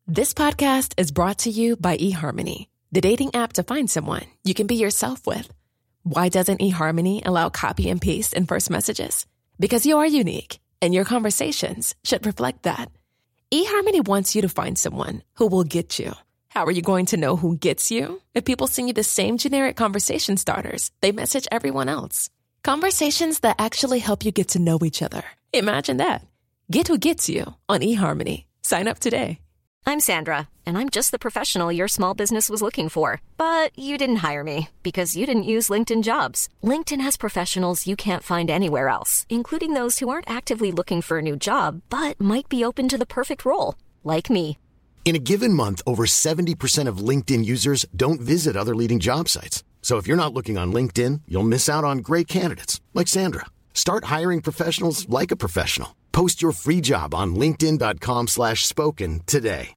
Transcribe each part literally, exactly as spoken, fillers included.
This podcast is brought to you by eHarmony, the dating app to find someone you can be yourself with. Why doesn't eHarmony allow copy and paste in first messages? Because you are unique, and your conversations should reflect that. eHarmony wants you to find someone who will get you. How are you going to know who gets you? If people send you the same generic conversation starters they message everyone else. Conversations that actually help you get to know each other. Imagine that. Get who gets you on eHarmony. Sign up today. I'm Sandra, and I'm just the professional your small business was looking for. But you didn't hire me because you didn't use LinkedIn Jobs. LinkedIn has professionals you can't find anywhere else, including those who aren't actively looking for a new job, but might be open to the perfect role, like me. In a given month, over seventy percent of LinkedIn users don't visit other leading job sites. So if you're not looking on LinkedIn, you'll miss out on great candidates like Sandra. Start hiring professionals like a professional. Post your free job on linkedin.com slash spoken today.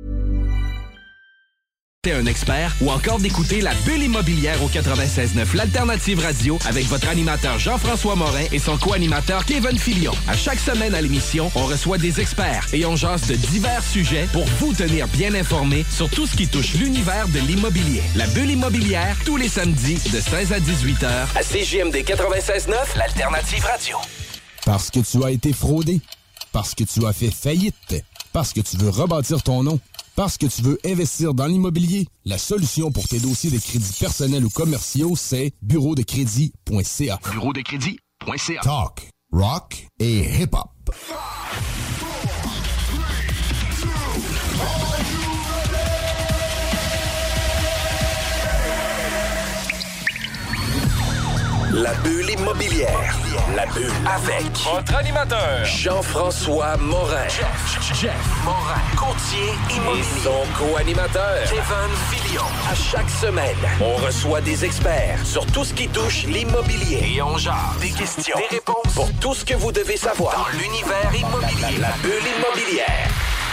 T'es un expert ou encore d'écouter la bulle immobilière au quatre-vingt-seize neuf l'Alternative Radio avec votre animateur Jean-François Morin et son co-animateur Kevin Filion. À chaque semaine à l'émission, on reçoit des experts et on jase de divers sujets pour vous tenir bien informés sur tout ce qui touche l'univers de l'immobilier. La bulle immobilière, tous les samedis de seize à dix-huit heures à C J M D quatre-vingt-seize neuf l'Alternative Radio. Parce que tu as été fraudé, parce que tu as fait faillite, parce que tu veux rebâtir ton nom, parce que tu veux investir dans l'immobilier, la solution pour tes dossiers de crédits personnels ou commerciaux, c'est bureau de crédit point c a. bureau de crédit point c a. Talk, rock et hip-hop. La bulle immobilière. La bulle avec Votre animateur Jean-François Morin. Jeff, Jeff Morin. Courtier immobilier. Et son co-animateur Kevin Filion. À chaque semaine, on reçoit des experts sur tout ce qui touche l'immobilier. Et on jase des questions, des réponses pour tout ce que vous devez savoir dans l'univers immobilier. La, la, la bulle immobilière.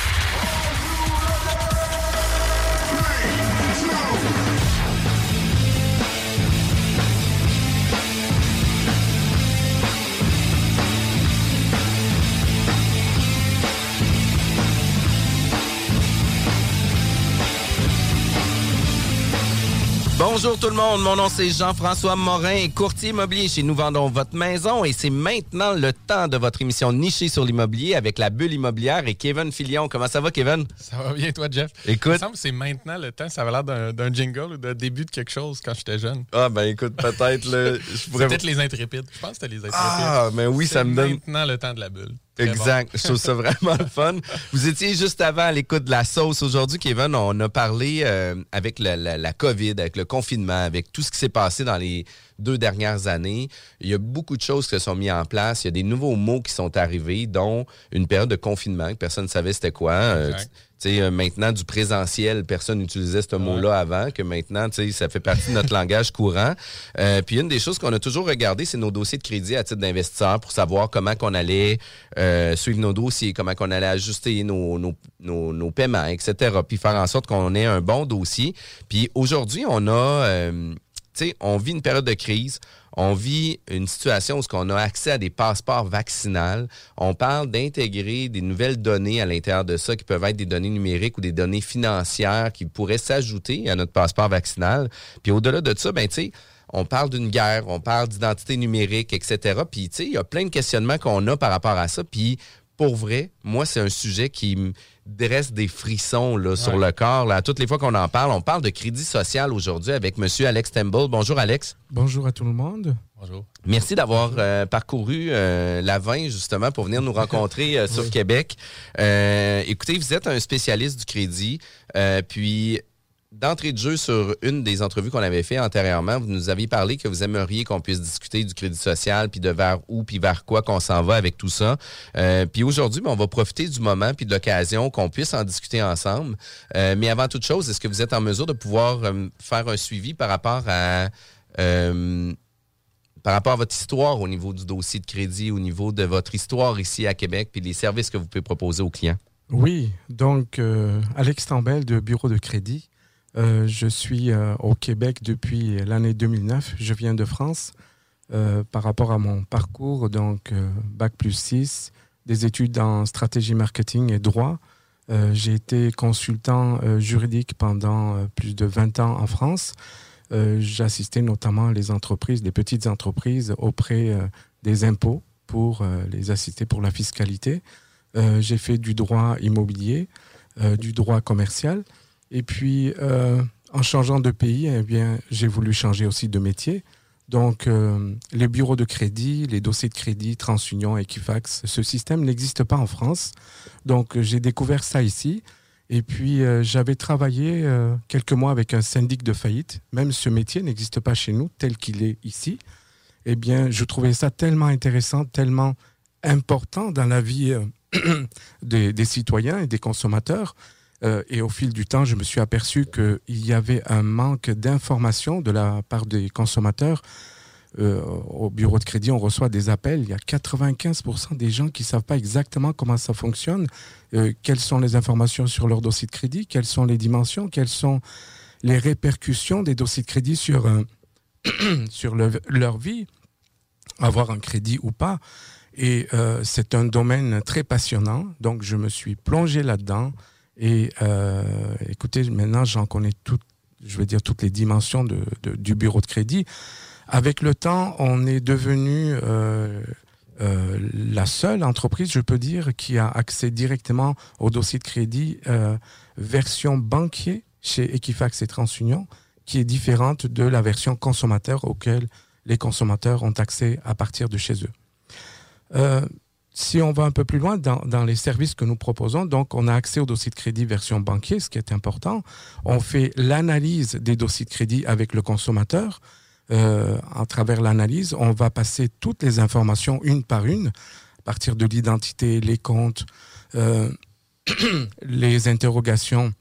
Bonjour tout le monde, mon nom c'est Jean-François Morin, courtier immobilier chez Nous Vendons Votre Maison et c'est maintenant le temps de votre émission nichée sur l'immobilier avec la bulle immobilière et Kevin Filion. Comment ça va, Kevin? Ça va bien, toi, Jeff? Écoute. Il me semble que c'est maintenant le temps, ça avait l'air d'un, d'un jingle ou d'un début de quelque chose quand j'étais jeune. Ah ben écoute, peut-être... Le, je pourrais... C'est peut-être les Intrépides, je pense que c'était les Intrépides. Ah, ben oui, c'est ça me donne... maintenant le temps de la bulle. Très exact. Bon. Je trouve ça vraiment le fun. Vous étiez juste avant à l'écoute de la sauce. Aujourd'hui, Kevin, on a parlé euh, avec la, la, la COVID, avec le confinement, avec tout ce qui s'est passé dans les deux dernières années. Il y a beaucoup de choses qui se sont mises en place. Il y a des nouveaux mots qui sont arrivés, dont une période de confinement que personne ne savait c'était quoi. Euh, tu sais, maintenant, du présentiel, personne n'utilisait ce ouais. mot-là avant, que maintenant, tu sais, ça fait partie de notre langage courant. Euh, puis une des choses qu'on a toujours regardé, c'est nos dossiers de crédit à titre d'investisseur pour savoir comment qu'on allait euh, suivre nos dossiers, comment qu'on allait ajuster nos, nos, nos, nos paiements, et cetera. Puis faire en sorte qu'on ait un bon dossier. Puis aujourd'hui, on a... Euh, tu sais, on vit une période de crise. On vit une situation où on a accès à des passeports vaccinales. On parle d'intégrer des nouvelles données à l'intérieur de ça qui peuvent être des données numériques ou des données financières qui pourraient s'ajouter à notre passeport vaccinal. Puis au-delà de ça, ben tu sais, on parle d'une guerre, on parle d'identité numérique, et cetera. Puis tu sais, il y a plein de questionnements qu'on a par rapport à ça. Puis pour vrai, moi, c'est un sujet qui me dresse des frissons là, ouais. sur le corps. Là. Toutes les fois qu'on en parle, on parle de crédit social aujourd'hui avec M. Alex Temple. Bonjour, Alex. Bonjour à tout le monde. Bonjour. Merci d'avoir euh, parcouru euh, la vingt, justement, pour venir nous rencontrer euh, sur oui. Québec. Euh, écoutez, vous êtes un spécialiste du crédit, euh, puis... D'entrée de jeu, sur une des entrevues qu'on avait fait antérieurement, vous nous aviez parlé que vous aimeriez qu'on puisse discuter du crédit social, puis de vers où, puis vers quoi qu'on s'en va avec tout ça. Euh, puis aujourd'hui, ben, on va profiter du moment puis de l'occasion qu'on puisse en discuter ensemble. Euh, mais avant toute chose, est-ce que vous êtes en mesure de pouvoir euh, faire un suivi par rapport à... Euh, par rapport à votre histoire au niveau du dossier de crédit, au niveau de votre histoire ici à Québec, puis les services que vous pouvez proposer aux clients? Oui, donc euh, Alex Temple de Bureau de crédit. Euh, je suis euh, au Québec depuis l'année deux mille neuf. Je viens de France. Euh, par rapport à mon parcours, donc euh, Bac plus six, des études en stratégie marketing et droit. Euh, j'ai été consultant euh, juridique pendant euh, plus de vingt ans en France. Euh, j'assistais notamment les entreprises, les petites entreprises auprès euh, des impôts pour euh, les assister pour la fiscalité. Euh, j'ai fait du droit immobilier, euh, du droit commercial. Et puis, euh, en changeant de pays, eh bien, j'ai voulu changer aussi de métier. Donc, euh, les bureaux de crédit, les dossiers de crédit, TransUnion, Equifax, ce système n'existe pas en France. Donc, euh, j'ai découvert ça ici. Et puis, euh, j'avais travaillé euh, quelques mois avec un syndic de faillite. Même ce métier n'existe pas chez nous tel qu'il est ici. Eh bien, je trouvais ça tellement intéressant, tellement important dans la vie euh, des, des citoyens et des consommateurs. Euh, et au fil du temps, je me suis aperçu qu'il y avait un manque d'informations de la part des consommateurs. Euh, au bureau de crédit, on reçoit des appels. Il y a quatre-vingt-quinze pour cent des gens qui ne savent pas exactement comment ça fonctionne, euh, quelles sont les informations sur leur dossier de crédit, quelles sont les dimensions, quelles sont les répercussions des dossiers de crédit sur, euh, sur le, leur vie, avoir un crédit ou pas. Et euh, c'est un domaine très passionnant. Donc, je me suis plongé là-dedans. Et euh, écoutez, maintenant, j'en connais toutes, je vais dire, toutes les dimensions de, de, du bureau de crédit. Avec le temps, on est devenu euh, euh, la seule entreprise, je peux dire, qui a accès directement au dossier de crédit euh, version banquier chez Equifax et TransUnion, qui est différente de la version consommateur auquel les consommateurs ont accès à partir de chez eux. Euh, Si on va un peu plus loin dans, dans les services que nous proposons, donc on a accès au dossier de crédit version banquier, ce qui est important. On fait l'analyse des dossiers de crédit avec le consommateur. Euh, à travers l'analyse, on va passer toutes les informations une par une, à partir de l'identité, les comptes, euh, les interrogations,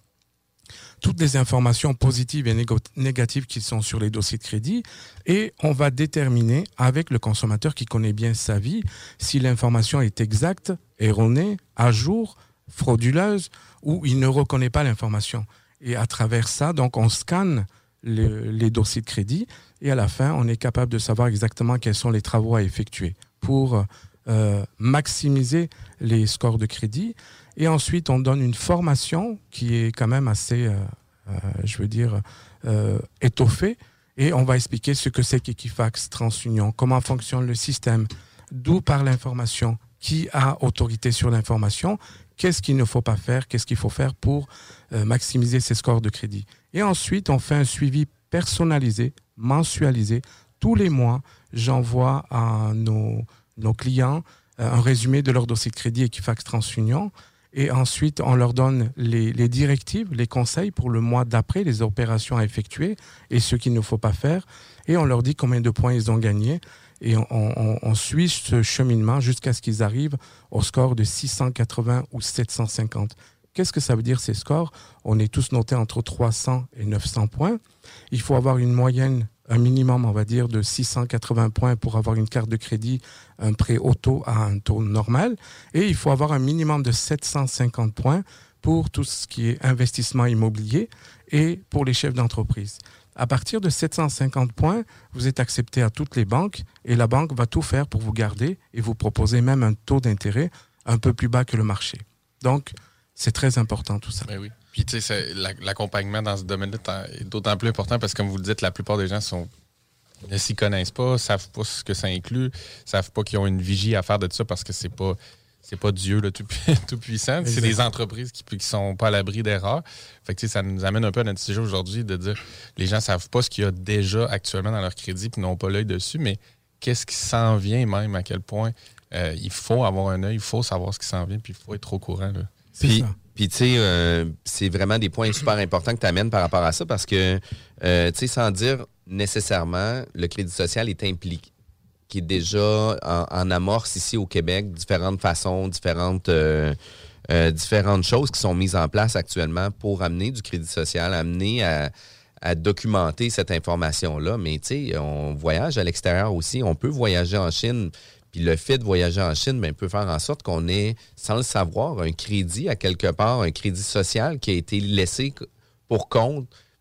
toutes les informations positives et négo- négatives qui sont sur les dossiers de crédit, et on va déterminer avec le consommateur qui connaît bien sa vie si l'information est exacte, erronée, à jour, frauduleuse, ou il ne reconnaît pas l'information. Et à travers ça, donc, on scanne le, les dossiers de crédit, et à la fin, on est capable de savoir exactement quels sont les travaux à effectuer pour euh, maximiser les scores de crédit. Et ensuite, on donne une formation qui est quand même assez, euh, euh, je veux dire, euh, étoffée. Et on va expliquer ce que c'est qu'Equifax, TransUnion, comment fonctionne le système, d'où part l'information, qui a autorité sur l'information, qu'est-ce qu'il ne faut pas faire, qu'est-ce qu'il faut faire pour euh, maximiser ses scores de crédit. Et ensuite, on fait un suivi personnalisé, mensualisé. Tous les mois, j'envoie à nos, nos clients euh, un résumé de leur dossier de crédit Equifax, TransUnion. Et ensuite, on leur donne les, les directives, les conseils pour le mois d'après, les opérations à effectuer et ce qu'il ne faut pas faire. Et on leur dit combien de points ils ont gagné. Et on, on, on suit ce cheminement jusqu'à ce qu'ils arrivent au score de six cent quatre-vingts ou sept cent cinquante. Qu'est-ce que ça veut dire, ces scores? On est tous notés entre trois cents et neuf cents points. Il faut avoir une moyenne, un minimum, on va dire, de six cent quatre-vingts points pour avoir une carte de crédit, un prêt auto à un taux normal. Et il faut avoir un minimum de sept cent cinquante points pour tout ce qui est investissement immobilier et pour les chefs d'entreprise. À partir de sept cent cinquante points, vous êtes accepté à toutes les banques et la banque va tout faire pour vous garder et vous proposer même un taux d'intérêt un peu plus bas que le marché. Donc, c'est très important tout ça. Ben oui. Puis, tu sais, l'accompagnement dans ce domaine-là est d'autant plus important parce que, comme vous le dites, la plupart des gens sont, ne s'y connaissent pas, ne savent pas ce que ça inclut, ne savent pas qu'ils ont une vigie à faire de ça parce que c'est pas, c'est pas Dieu là, tout, tout puissant. C'est des entreprises qui ne sont pas à l'abri d'erreurs. Fait que, ça nous amène un peu à notre sujet aujourd'hui de dire les gens ne savent pas ce qu'il y a déjà actuellement dans leur crédit puis n'ont pas l'œil dessus, mais qu'est-ce qui s'en vient même, à quel point euh, il faut avoir un œil, il faut savoir ce qui s'en vient puis il faut être au courant. Là. Puis, puis tu sais, euh, c'est vraiment des points super importants que tu amènes par rapport à ça parce que, euh, tu sais, sans dire nécessairement, le crédit social est impliqué, qui est déjà en, en amorce ici au Québec, différentes façons, différentes, euh, euh, différentes choses qui sont mises en place actuellement pour amener du crédit social, amener à, à documenter cette information-là. Mais tu sais, on voyage à l'extérieur aussi, on peut voyager en Chine. Puis le fait de voyager en Chine ben, peut faire en sorte qu'on ait, sans le savoir, un crédit à quelque part, un crédit social qui a été laissé pour compte,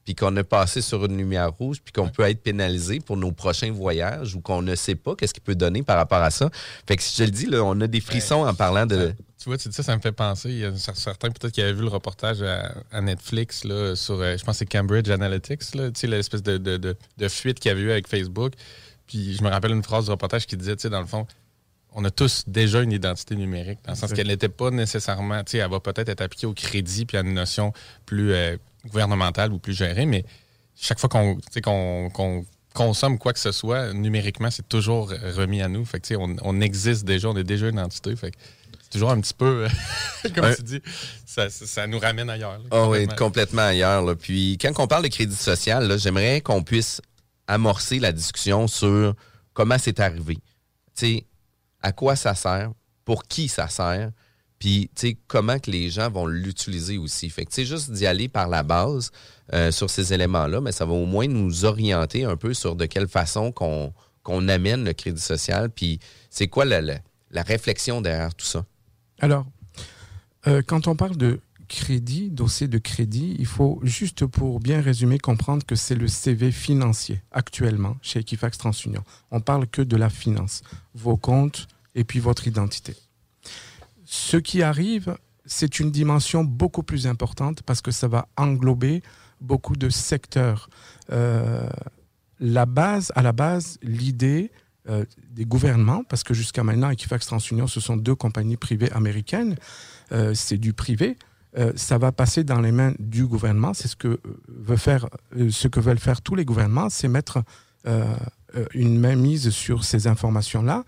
puis qu'on a passé sur une lumière rouge, puis qu'on ouais. peut être pénalisé pour nos prochains voyages ou qu'on ne sait pas qu'est-ce qu'il peut donner par rapport à ça. Fait que si je le dis, là, on a des frissons ouais. en parlant de... Tu vois, tu dis ça, ça me fait penser. Il y a certains peut-être qui avaient vu le reportage à, à Netflix là, sur, je pense que c'est Cambridge Analytics, là, tu sais, l'espèce de, de, de, de fuite qu'il y avait eu avec Facebook. Puis je me rappelle une phrase du reportage qui disait, tu sais, dans le fond, on a tous déjà une identité numérique, dans le sens qu'elle n'était pas nécessairement, tu sais, elle va peut-être être appliquée au crédit puis à une notion plus euh, gouvernementale ou plus gérée, mais chaque fois qu'on, tu sais, qu'on, qu'on consomme quoi que ce soit, numériquement, c'est toujours remis à nous. Fait que, tu sais, on, on existe déjà, on est déjà une entité. Fait que c'est toujours un petit peu, comme ouais. tu dis, ça, ça, ça nous ramène ailleurs. Ah oh oui, complètement ailleurs. Là. Puis quand on parle de crédit social, là, j'aimerais qu'on puisse amorcer la discussion sur comment c'est arrivé. Tu sais, à quoi ça sert, pour qui ça sert, puis tu sais, comment que les gens vont l'utiliser aussi. Fait que tu sais, juste d'y aller par la base euh, sur ces éléments-là, mais ça va au moins nous orienter un peu sur de quelle façon qu'on, qu'on amène le crédit social, puis c'est quoi la, la, la réflexion derrière tout ça. Alors, euh, quand on parle de crédit, dossier de crédit, il faut juste pour bien résumer comprendre que c'est le C V financier actuellement chez Equifax TransUnion. On parle que de la finance, vos comptes et puis votre identité. Ce qui arrive, c'est une dimension beaucoup plus importante parce que ça va englober beaucoup de secteurs. Euh, la base, à la base, l'idée euh, des gouvernements, parce que jusqu'à maintenant, Equifax TransUnion, ce sont deux compagnies privées américaines, euh, c'est du privé. Euh, ça va passer dans les mains du gouvernement. C'est ce que veut faire, euh, ce que veulent faire tous les gouvernements, c'est mettre euh, une mainmise sur ces informations-là.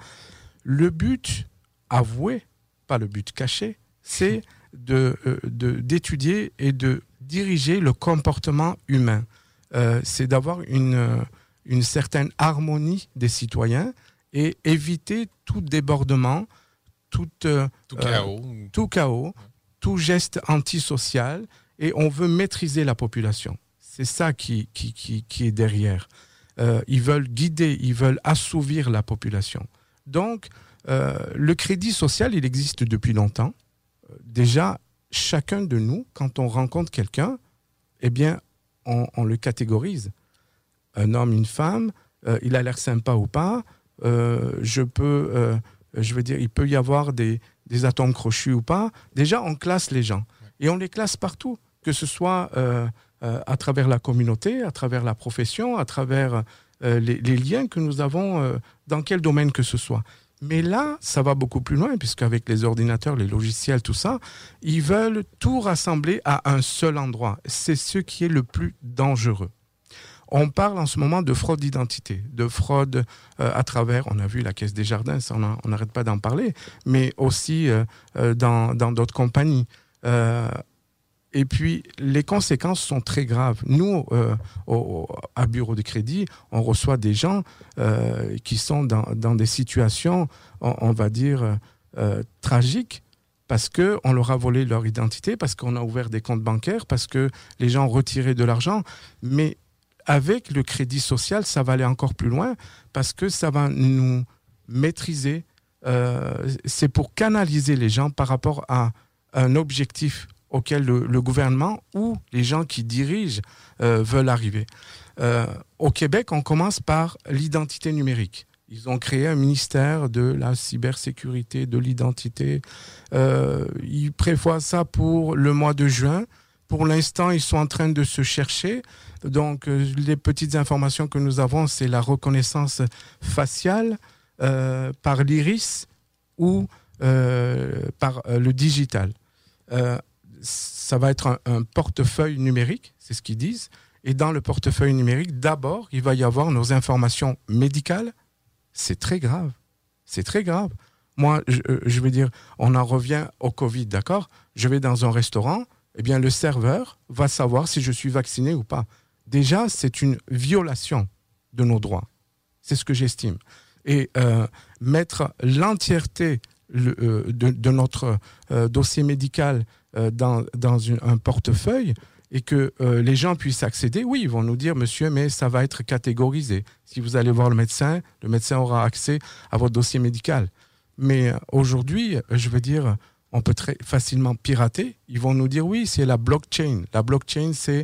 Le but avoué, pas le but caché, c'est de, euh, de, d'étudier et de diriger le comportement humain. Euh, c'est d'avoir une, une certaine harmonie des citoyens et éviter tout débordement, tout, euh, tout chaos. Euh, tout chaos. tout geste antisocial, et on veut maîtriser la population. C'est ça qui, qui, qui, qui est derrière. Euh, ils veulent guider, ils veulent assouvir la population. Donc, euh, le crédit social, il existe depuis longtemps. Déjà, chacun de nous, quand on rencontre quelqu'un, eh bien, on, on le catégorise. Un homme, une femme, euh, il a l'air sympa ou pas. Euh, je peux, euh, je veux dire, il peut y avoir des des atomes crochus ou pas, déjà on classe les gens. Et on les classe partout, que ce soit euh, euh, à travers la communauté, à travers la profession, à travers euh, les, les liens que nous avons euh, dans quel domaine que ce soit. Mais là, ça va beaucoup plus loin, puisqu'avec les ordinateurs, les logiciels, tout ça, ils veulent tout rassembler à un seul endroit. C'est ce qui est le plus dangereux. On parle en ce moment de fraude d'identité, de fraude euh, à travers, on a vu la Caisse des Jardins, ça, on n'arrête pas d'en parler, mais aussi euh, euh, dans, dans d'autres compagnies. Euh, et puis, les conséquences sont très graves. Nous, euh, au, à Bureau de crédit, on reçoit des gens euh, qui sont dans, dans des situations, on, on va dire, euh, tragiques, parce qu'on leur a volé leur identité, parce qu'on a ouvert des comptes bancaires, parce que les gens ont retiré de l'argent, mais avec le crédit social, ça va aller encore plus loin parce que ça va nous maîtriser. Euh, c'est pour canaliser les gens par rapport à un objectif auquel le, le gouvernement ou les gens qui dirigent euh, veulent arriver. Euh, au Québec, on commence par l'identité numérique. Ils ont créé un ministère de la cybersécurité, de l'identité. Euh, ils prévoient ça pour le mois de juin. Pour l'instant, ils sont en train de se chercher. Donc, euh, les petites informations que nous avons, c'est la reconnaissance faciale euh, par l'iris ou euh, par euh, le digital. Euh, ça va être un, un portefeuille numérique, c'est ce qu'ils disent. Et dans le portefeuille numérique, d'abord, il va y avoir nos informations médicales. C'est très grave. C'est très grave. Moi, je, je veux dire, on en revient au Covid, d'accord ? Je vais dans un restaurant, eh bien, le serveur va savoir si je suis vacciné ou pas. Déjà, c'est une violation de nos droits. C'est ce que j'estime. Et euh, mettre l'entièreté le, euh, de, de notre euh, dossier médical euh, dans, dans une, un portefeuille et que euh, les gens puissent accéder, oui, ils vont nous dire, monsieur, mais ça va être catégorisé. Si vous allez voir le médecin, le médecin aura accès à votre dossier médical. Mais aujourd'hui, je veux dire, on peut très facilement pirater. Ils vont nous dire, oui, c'est la blockchain. La blockchain, c'est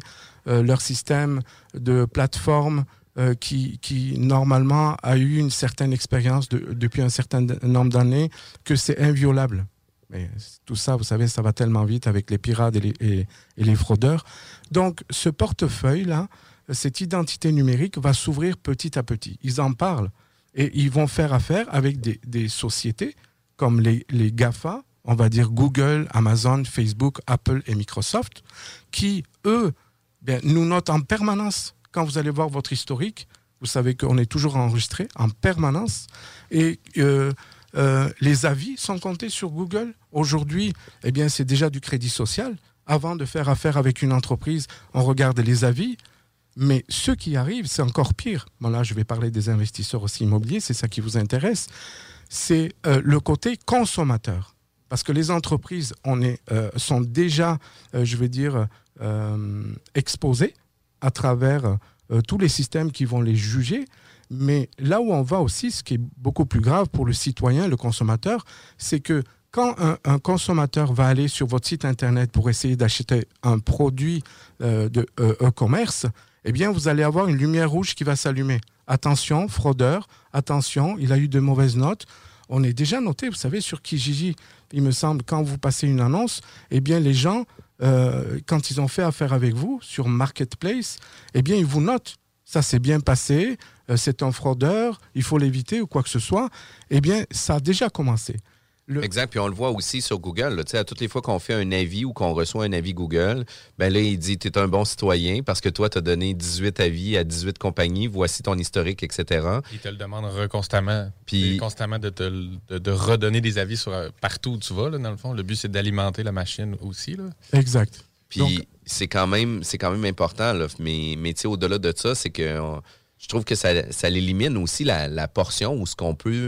euh, leur système de plateforme euh, qui, qui, normalement, a eu une certaine expérience de, depuis un certain nombre d'années, que c'est inviolable. Mais tout ça, vous savez, ça va tellement vite avec les pirates et les, et, et les fraudeurs. Donc, ce portefeuille-là, cette identité numérique va s'ouvrir petit à petit. Ils en parlent et ils vont faire affaire avec des, des sociétés comme les, les GAFA, on va dire Google, Amazon, Facebook, Apple et Microsoft, qui, eux, bien, nous notent en permanence. Quand vous allez voir votre historique, vous savez qu'on est toujours enregistré en permanence. Et euh, euh, les avis sont comptés sur Google. Aujourd'hui, eh bien, c'est déjà du crédit social. Avant de faire affaire avec une entreprise, on regarde les avis. Mais ce qui arrive, c'est encore pire. Bon, là, je vais parler des investisseurs aussi immobiliers, c'est ça qui vous intéresse. C'est euh, le côté consommateur. Parce que les entreprises on est, euh, sont déjà, euh, je veux dire, euh, exposées à travers euh, tous les systèmes qui vont les juger. Mais là où on va aussi, ce qui est beaucoup plus grave pour le citoyen, le consommateur, c'est que quand un, un consommateur va aller sur votre site Internet pour essayer d'acheter un produit euh, de euh, e-commerce, eh bien, vous allez avoir une lumière rouge qui va s'allumer. Attention, fraudeur, attention, il a eu de mauvaises notes. On est déjà noté, vous savez, sur Kijiji, il me semble, quand vous passez une annonce, eh bien, les gens, euh, quand ils ont fait affaire avec vous sur Marketplace, eh bien, ils vous notent. Ça s'est bien passé, euh, c'est un fraudeur, il faut l'éviter ou quoi que ce soit. Eh bien, ça a déjà commencé. Le... Exact, puis on le voit aussi sur Google. Là, à toutes les fois qu'on fait un avis ou qu'on reçoit un avis Google, ben là, il dit « tu es un bon citoyen parce que toi, tu as donné dix-huit avis à dix-huit compagnies, voici ton historique, et cetera » Il te le demande constamment. Puis constamment de, te, de, de redonner des avis sur, partout où tu vas, là, dans le fond. Le but, c'est d'alimenter la machine aussi. Là. Exact. Puis Donc... c'est, quand même, c'est quand même important. Là, mais mais au-delà de ça, c'est que on, je trouve que ça, ça élimine aussi la, la portion où ce qu'on peut...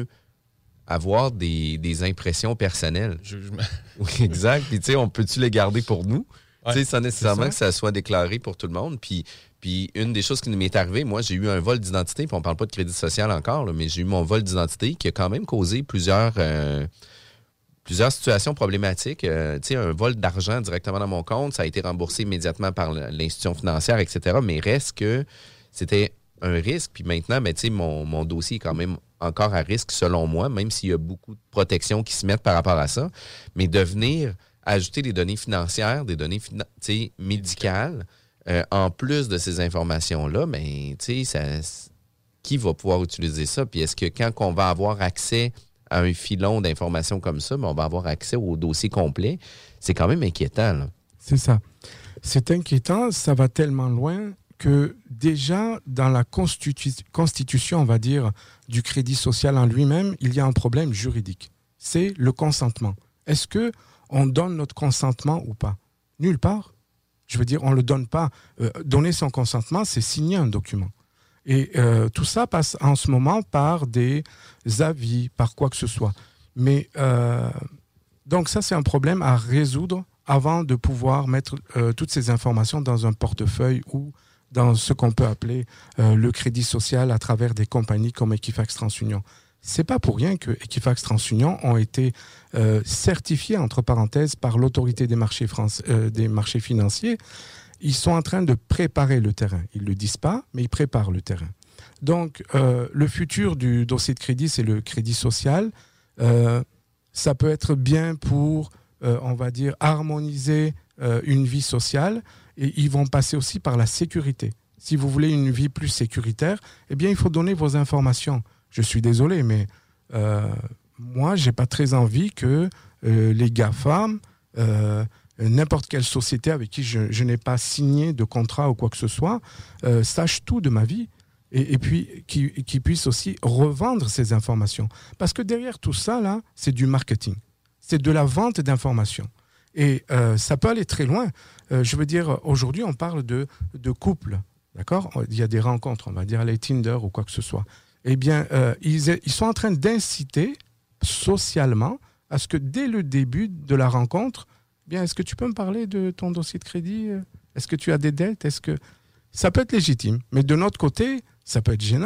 avoir des, des impressions personnelles. Jugement. Oui, exact. Puis, tu sais, on peut-tu les garder pour nous? Ouais, tu sais, sans nécessairement ça. que ça soit déclaré pour tout le monde. Puis, puis une des choses qui m'est arrivée, moi, j'ai eu un vol d'identité, puis on parle pas de crédit social encore, là, mais j'ai eu mon vol d'identité qui a quand même causé plusieurs, euh, plusieurs situations problématiques. Euh, tu sais, un vol d'argent directement dans mon compte, ça a été remboursé immédiatement par l'institution financière, et cetera. Mais reste que c'était un risque. Puis maintenant, ben, tu sais, mon, mon dossier est quand même encore à risque, selon moi, même s'il y a beaucoup de protections qui se mettent par rapport à ça. Mais de venir ajouter des données financières, des données fina- médicales, euh, en plus de ces informations-là, ben, tu sais, ça, qui va pouvoir utiliser ça? Puis est-ce que quand on va avoir accès à un filon d'informations comme ça, ben, on va avoir accès au dossier complet? C'est quand même inquiétant, là. C'est ça. C'est inquiétant, ça va tellement loin que déjà dans la constitu- constitution, on va dire, du crédit social en lui-même, il y a un problème juridique. C'est le consentement. Est-ce qu'on donne notre consentement ou pas? Nulle part. Je veux dire, on ne le donne pas. Euh, donner son consentement, c'est signer un document. Et euh, tout ça passe en ce moment par des avis, par quoi que ce soit. Mais euh, donc ça, c'est un problème à résoudre avant de pouvoir mettre euh, toutes ces informations dans un portefeuille ou dans ce qu'on peut appeler euh, le crédit social à travers des compagnies comme Equifax TransUnion. C'est pas pour rien que Equifax TransUnion ont été euh, certifiés, entre parenthèses, par l'autorité des marchés, France, euh, des marchés financiers. Ils sont en train de préparer le terrain. Ils ne le disent pas, mais ils préparent le terrain. Donc, euh, le futur du dossier de crédit, c'est le crédit social. Euh, ça peut être bien pour, euh, on va dire, harmoniser euh, une vie sociale. Et ils vont passer aussi par la sécurité. Si vous voulez une vie plus sécuritaire, eh bien, il faut donner vos informations. Je suis désolé, mais euh, moi, je n'ai pas très envie que euh, les GAFA, euh, n'importe quelle société avec qui je, je n'ai pas signé de contrat ou quoi que ce soit, euh, sache tout de ma vie. Et, et puis, qui, qui puisse aussi revendre ces informations. Parce que derrière tout ça, là, c'est du marketing. C'est de la vente d'informations. Et euh, ça peut aller très loin. Euh, je veux dire, aujourd'hui, on parle de, de couple, d'accord ? Il y a des rencontres, on va dire les Tinder ou quoi que ce soit. Eh bien, euh, ils, ils sont en train d'inciter socialement à ce que dès le début de la rencontre, eh bien, est-ce que tu peux me parler de ton dossier de crédit ? Est-ce que tu as des dettes ? Est-ce que... Ça peut être légitime, mais de notre côté, ça peut être gênant.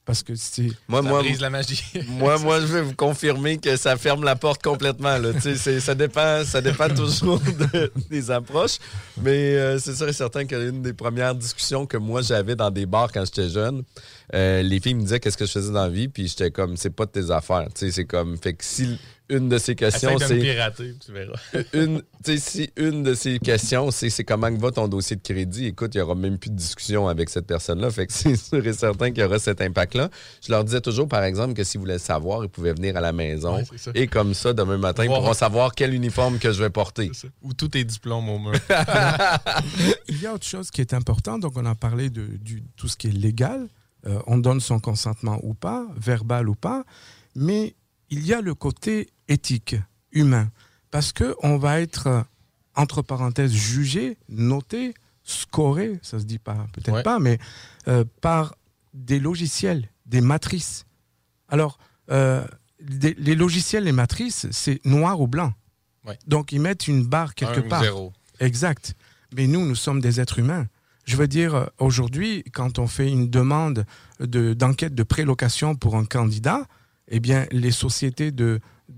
Parce que c'est... Moi, ça moi, brise la magie. moi, moi, je vais vous confirmer que ça ferme la porte complètement. Là. C'est, ça, dépend, ça dépend toujours de, des approches. Mais euh, c'est sûr et certain qu'une des premières discussions que moi, j'avais dans des bars quand j'étais jeune, euh, les filles me disaient qu'est-ce que je faisais dans la vie, puis j'étais comme, c'est pas de tes affaires. T'sais, c'est comme, fait que si une de ces questions, Essaye de c'est... me pirater, tu verras. Une, si une de ces questions, c'est, c'est comment va ton dossier de crédit, écoute, il n'y aura même plus de discussion avec cette personne-là. Fait que c'est sûr et certain qu'il y aura cet impact-là. Je leur disais toujours, par exemple, que s'ils voulaient le savoir, ils pouvaient venir à la maison. Ouais, et comme ça, demain matin, ils wow. pourront savoir quel uniforme que je vais porter. Ou tous tes diplômes au mur. Il y a autre chose qui est important. Donc, on a parlé de du, tout ce qui est légal. Euh, on donne son consentement ou pas, verbal ou pas. Mais il y a le côté éthique, humain. Parce qu'on va être, entre parenthèses, jugé, noté, scoré, ça se dit pas, peut-être ouais. pas, mais euh, par des logiciels, des matrices. Alors, euh, des, les logiciels, les matrices, c'est noir ou blanc. Ouais. Donc, ils mettent une barre quelque Un part. Zéro. Exact. Mais nous, nous sommes des êtres humains. Je veux dire, aujourd'hui, quand on fait une demande de, d'enquête de prélocation pour un candidat, eh bien, les sociétés de,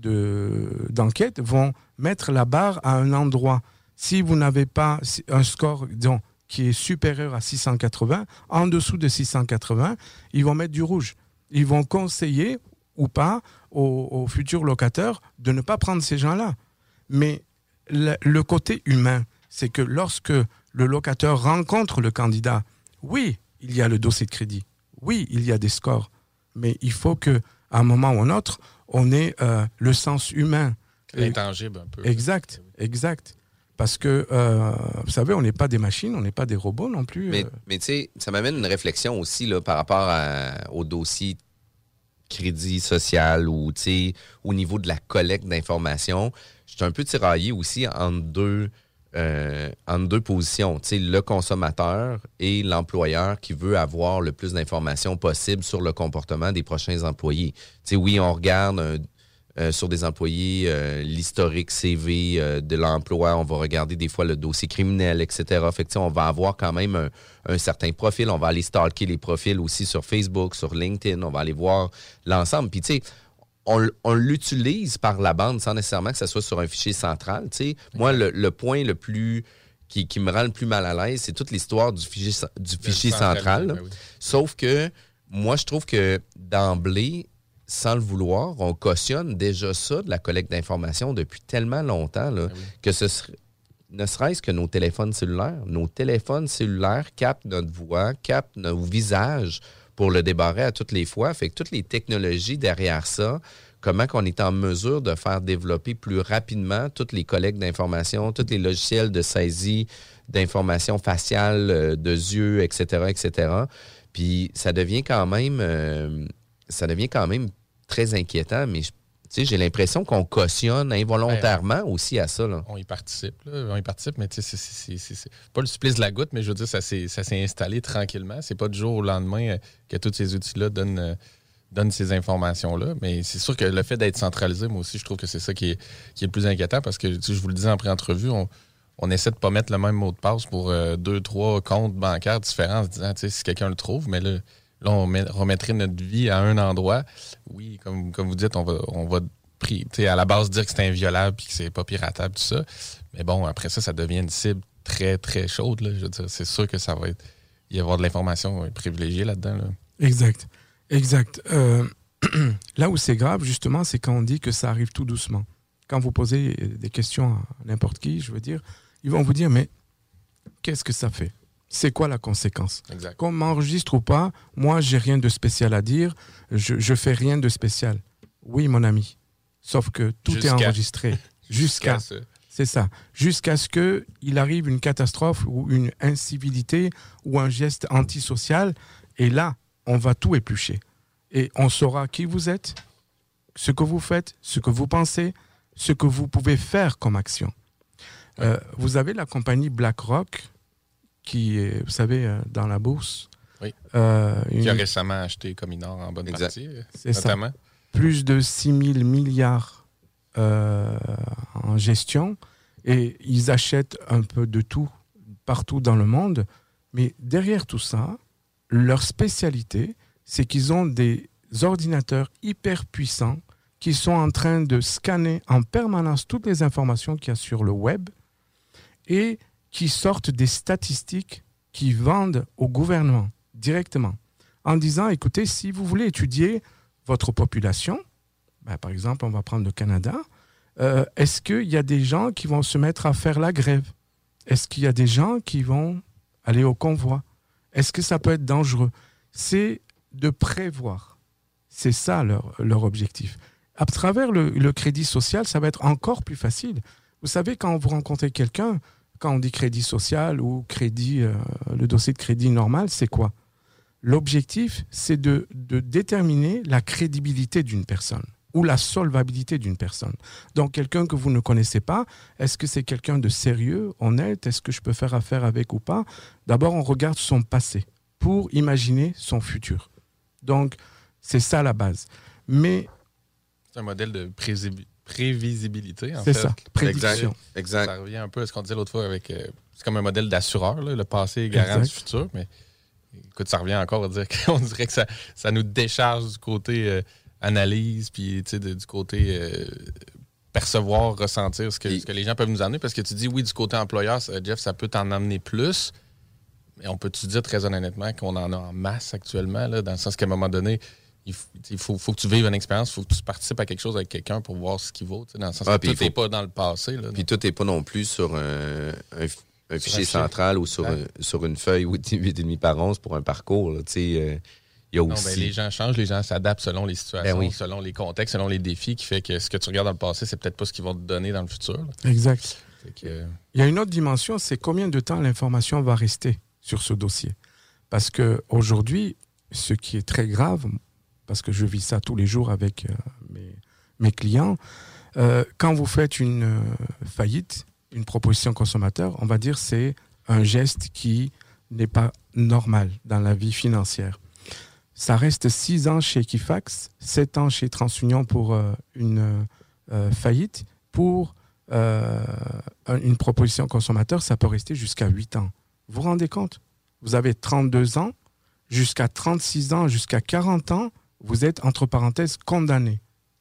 de, d'enquête vont mettre la barre à un endroit. Si vous n'avez pas un score, disons, qui est supérieur à six cent quatre-vingts, en dessous de six cent quatre-vingts, ils vont mettre du rouge. Ils vont conseiller ou pas aux, aux futurs locataires de ne pas prendre ces gens-là. Mais le, le côté humain, c'est que lorsque le locataire rencontre le candidat, oui, il y a le dossier de crédit. Oui, il y a des scores. Mais il faut que à un moment ou un autre, on ait euh, le sens humain. Intangible un peu. Exact, exact. Parce que, euh, vous savez, on n'est pas des machines, on n'est pas des robots non plus. Mais, euh. mais tu sais, ça m'amène une réflexion aussi là, par rapport à, au dossier crédit social ou au niveau de la collecte d'informations. Je suis un peu tiraillé aussi entre deux... Euh, entre deux positions, le consommateur et l'employeur qui veut avoir le plus d'informations possible sur le comportement des prochains employés. T'sais, oui, on regarde euh, euh, sur des employés euh, l'historique C V euh, de l'emploi, on va regarder des fois le dossier criminel, et cetera. Fait que, on va avoir quand même un, un certain profil. On va aller stalker les profils aussi sur Facebook, sur LinkedIn. On va aller voir l'ensemble. Puis, tu sais, On, on l'utilise par la bande sans nécessairement que ce soit sur un fichier central. T'sais. Moi, le, le point le plus qui, qui me rend le plus mal à l'aise, c'est toute l'histoire du fichier, du fichier central. Ben oui. Sauf que moi, je trouve que d'emblée, sans le vouloir, on cautionne déjà ça de la collecte d'informations depuis tellement longtemps là, ben oui. que ce serait, ne serait-ce que nos téléphones cellulaires. Nos téléphones cellulaires captent notre voix, captent nos visages pour le débarrer à toutes les fois. Fait que toutes les technologies derrière ça, comment qu'on est en mesure de faire développer plus rapidement toutes les collectes d'informations, tous les logiciels de saisie d'informations faciales, de yeux, et cetera, et cetera. Puis ça devient quand même, euh, ça devient quand même très inquiétant, mais je Tu sais, j'ai l'impression qu'on cautionne involontairement ouais, aussi à ça. Là. On y participe, là. On y participe, mais tu sais, c'est, c'est, c'est, c'est pas le supplice de la goutte, mais je veux dire, ça s'est, ça s'est installé tranquillement. C'est pas du jour au lendemain que tous ces outils-là donnent, euh, donnent ces informations-là. Mais c'est sûr que le fait d'être centralisé, moi aussi, je trouve que c'est ça qui est, qui est le plus inquiétant parce que, tu sais, je vous le disais en pré-entrevue, on, on essaie de pas mettre le même mot de passe pour euh, deux, trois comptes bancaires différents en se disant, tu sais, si quelqu'un le trouve, mais là, là on met, remettrait notre vie à un endroit. Oui, comme, comme vous dites, on va, on va à la base dire que c'est inviolable et que c'est pas piratable, tout ça. Mais bon, après ça, ça devient une cible très, très chaude. Là. Je veux dire, c'est sûr que ça va être. Il va y avoir de l'information privilégiée là-dedans. Là. Exact. Exact. Euh, là où c'est grave, justement, c'est quand on dit que ça arrive tout doucement. Quand vous posez des questions à n'importe qui, je veux dire, ils vont vous dire, mais qu'est-ce que ça fait? C'est quoi la conséquence? Exact. Qu'on m'enregistre ou pas, moi, j'ai rien de spécial à dire. Je, je fais rien de spécial. Oui, mon ami. Sauf que tout jusqu'à, est enregistré. Jusqu'à, jusqu'à c'est ça. Jusqu'à ce qu'il arrive une catastrophe ou une incivilité ou un geste antisocial. Et là, on va tout éplucher. Et on saura qui vous êtes, ce que vous faites, ce que vous pensez, ce que vous pouvez faire comme action. Ouais. Euh, vous avez la compagnie BlackRock qui est, vous savez, dans la bourse. Oui. Euh, une... Qui a récemment acheté Cominor en bonne exact. partie, c'est notamment. Ça. Plus de six mille milliards euh, en gestion et ils achètent un peu de tout partout dans le monde. Mais derrière tout ça, leur spécialité, c'est qu'ils ont des ordinateurs hyper puissants qui sont en train de scanner en permanence toutes les informations qu'il y a sur le web et qui sortent des statistiques qui vendent au gouvernement directement en disant, écoutez, si vous voulez étudier votre population, ben, par exemple, on va prendre le Canada, euh, est-ce qu'il y a des gens qui vont se mettre à faire la grève? Est-ce qu'il y a des gens qui vont aller au convoi? Est-ce que ça peut être dangereux? C'est de prévoir. C'est ça leur, leur objectif. À travers le, le crédit social, ça va être encore plus facile. Vous savez, quand vous rencontrez quelqu'un, quand on dit crédit social ou crédit, euh, le dossier de crédit normal, c'est quoi? L'objectif, c'est de, de déterminer la crédibilité d'une personne ou la solvabilité d'une personne. Donc, quelqu'un que vous ne connaissez pas, est-ce que c'est quelqu'un de sérieux, honnête? Est-ce que je peux faire affaire avec ou pas? D'abord, on regarde son passé pour imaginer son futur. Donc, c'est ça la base. Mais... C'est un modèle de prési- prévisibilité, en c'est fait. C'est ça, prédiction. Exact. exact. Ça revient un peu à ce qu'on disait l'autre fois avec... Euh, c'est comme un modèle d'assureur, là, le passé est garant exact. du futur, mais écoute, ça revient encore à dire qu'on dirait que ça, ça nous décharge du côté euh, analyse, puis de, du côté euh, percevoir, ressentir ce que, Et... ce que les gens peuvent nous amener, parce que tu dis, oui, du côté employeur, ça, Jeff, ça peut t'en amener plus, mais on peut-tu dire très honnêtement qu'on en a en masse actuellement, là, dans le sens qu'à un moment donné, il faut, il faut, faut que tu vives une expérience, il faut que tu participes à quelque chose avec quelqu'un pour voir ce qu'il vaut, dans le sens ah, que tout n'est faut... pas dans le passé. Là, puis tout n'est pas non plus sur un, un, un fichier central ou sur, un, sur une feuille huit virgule cinq par onze pour un parcours. Là, euh, y a non, aussi... ben, les gens changent, les gens s'adaptent selon les situations, ben oui. selon les contextes, selon les défis, qui fait que ce que tu regardes dans le passé, c'est peut-être pas ce qu'ils vont te donner dans le futur. Là. Exact. Que, euh... Il y a une autre dimension, c'est combien de temps l'information va rester sur ce dossier. Parce qu'aujourd'hui, ce qui est très grave, parce que je vis ça tous les jours avec euh, mes, mes clients, euh, quand vous faites une euh, faillite, une proposition consommateur, on va dire c'est un geste qui n'est pas normal dans la vie financière. Ça reste six ans chez Equifax, sept ans chez TransUnion pour euh, une euh, faillite. Pour euh, une proposition consommateur, ça peut rester jusqu'à huit ans. Vous vous rendez compte? Vous avez trente-deux ans, jusqu'à trente-six ans, jusqu'à quarante ans, vous êtes, entre parenthèses, condamné.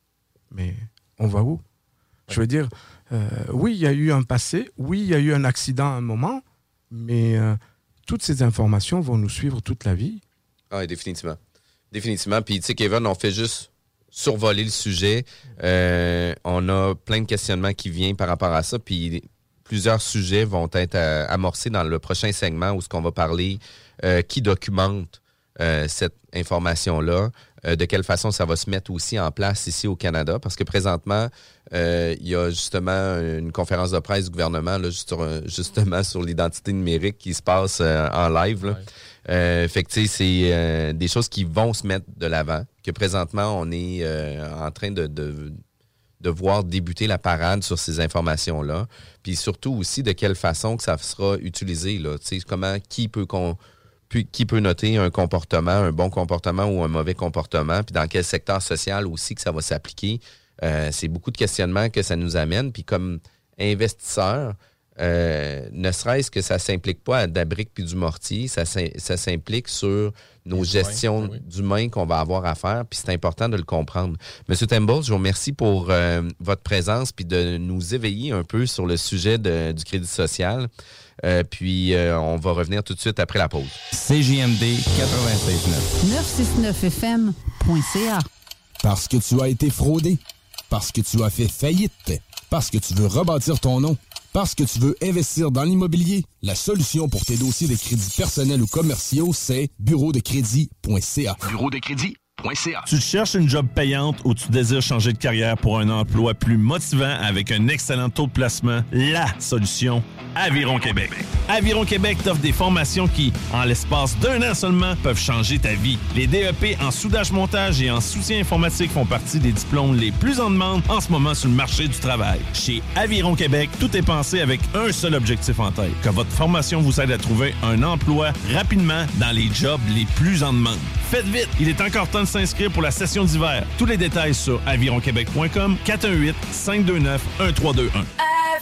Mais on va où? Je veux dire, euh, oui, il y a eu un passé, oui, il y a eu un accident à un moment, mais euh, toutes ces informations vont nous suivre toute la vie. Ah oui, définitivement. Définitivement. Puis, tu sais, Kevin, on fait juste survoler le sujet. Euh, on a plein de questionnements qui viennent par rapport à ça, puis plusieurs sujets vont être euh, amorcés dans le prochain segment où ce qu'on va parler, euh, qui documente euh, cette information-là, euh, de quelle façon ça va se mettre aussi en place ici au Canada, parce que présentement, euh, il y a justement une conférence de presse du gouvernement là, juste sur, justement sur l'identité numérique qui se passe euh, en live. Là. Ouais. Euh, fait que tu sais, c'est euh, des choses qui vont se mettre de l'avant, que présentement, on est euh, en train de... de de voir débuter la parade sur ces informations-là, puis surtout aussi de quelle façon que ça sera utilisé, là, tu sais, comment, qui peut, con, qui peut noter un comportement, un bon comportement ou un mauvais comportement, puis dans quel secteur social aussi que ça va s'appliquer. Euh, c'est beaucoup de questionnements que ça nous amène, puis comme investisseurs, euh, ne serait-ce que ça ne s'implique pas à de la brique puis du mortier, ça, ça s'implique sur nos Les gestions humains, oui. d'humains qu'on va avoir à faire, puis c'est important de le comprendre. Monsieur Temple, je vous remercie pour euh, votre présence puis de nous éveiller un peu sur le sujet de, du crédit social. Euh, puis euh, on va revenir tout de suite après la pause. C J M D quatre-vingt-seize neuf. neuf cent soixante-neuf F M point C A. Parce que tu as été fraudé, parce que tu as fait faillite, parce que tu veux rebâtir ton nom, parce que tu veux investir dans l'immobilier, la solution pour tes dossiers de crédits personnels ou commerciaux, c'est bureau de crédit point C A. bureau de crédit point C A. Tu cherches une job payante ou tu désires changer de carrière pour un emploi plus motivant avec un excellent taux de placement? La solution, Aviron Québec. Aviron Québec t'offre des formations qui, en l'espace d'un an seulement, peuvent changer ta vie. Les D E P en soudage-montage et en soutien informatique font partie des diplômes les plus en demande en ce moment sur le marché du travail. Chez Aviron Québec, tout est pensé avec un seul objectif en tête, que votre formation vous aide à trouver un emploi rapidement dans les jobs les plus en demande. Faites vite, il est encore temps de s'inscrire pour la session d'hiver. Tous les détails sur aviron québec point com, quatre un huit, cinq deux neuf, un trois deux un.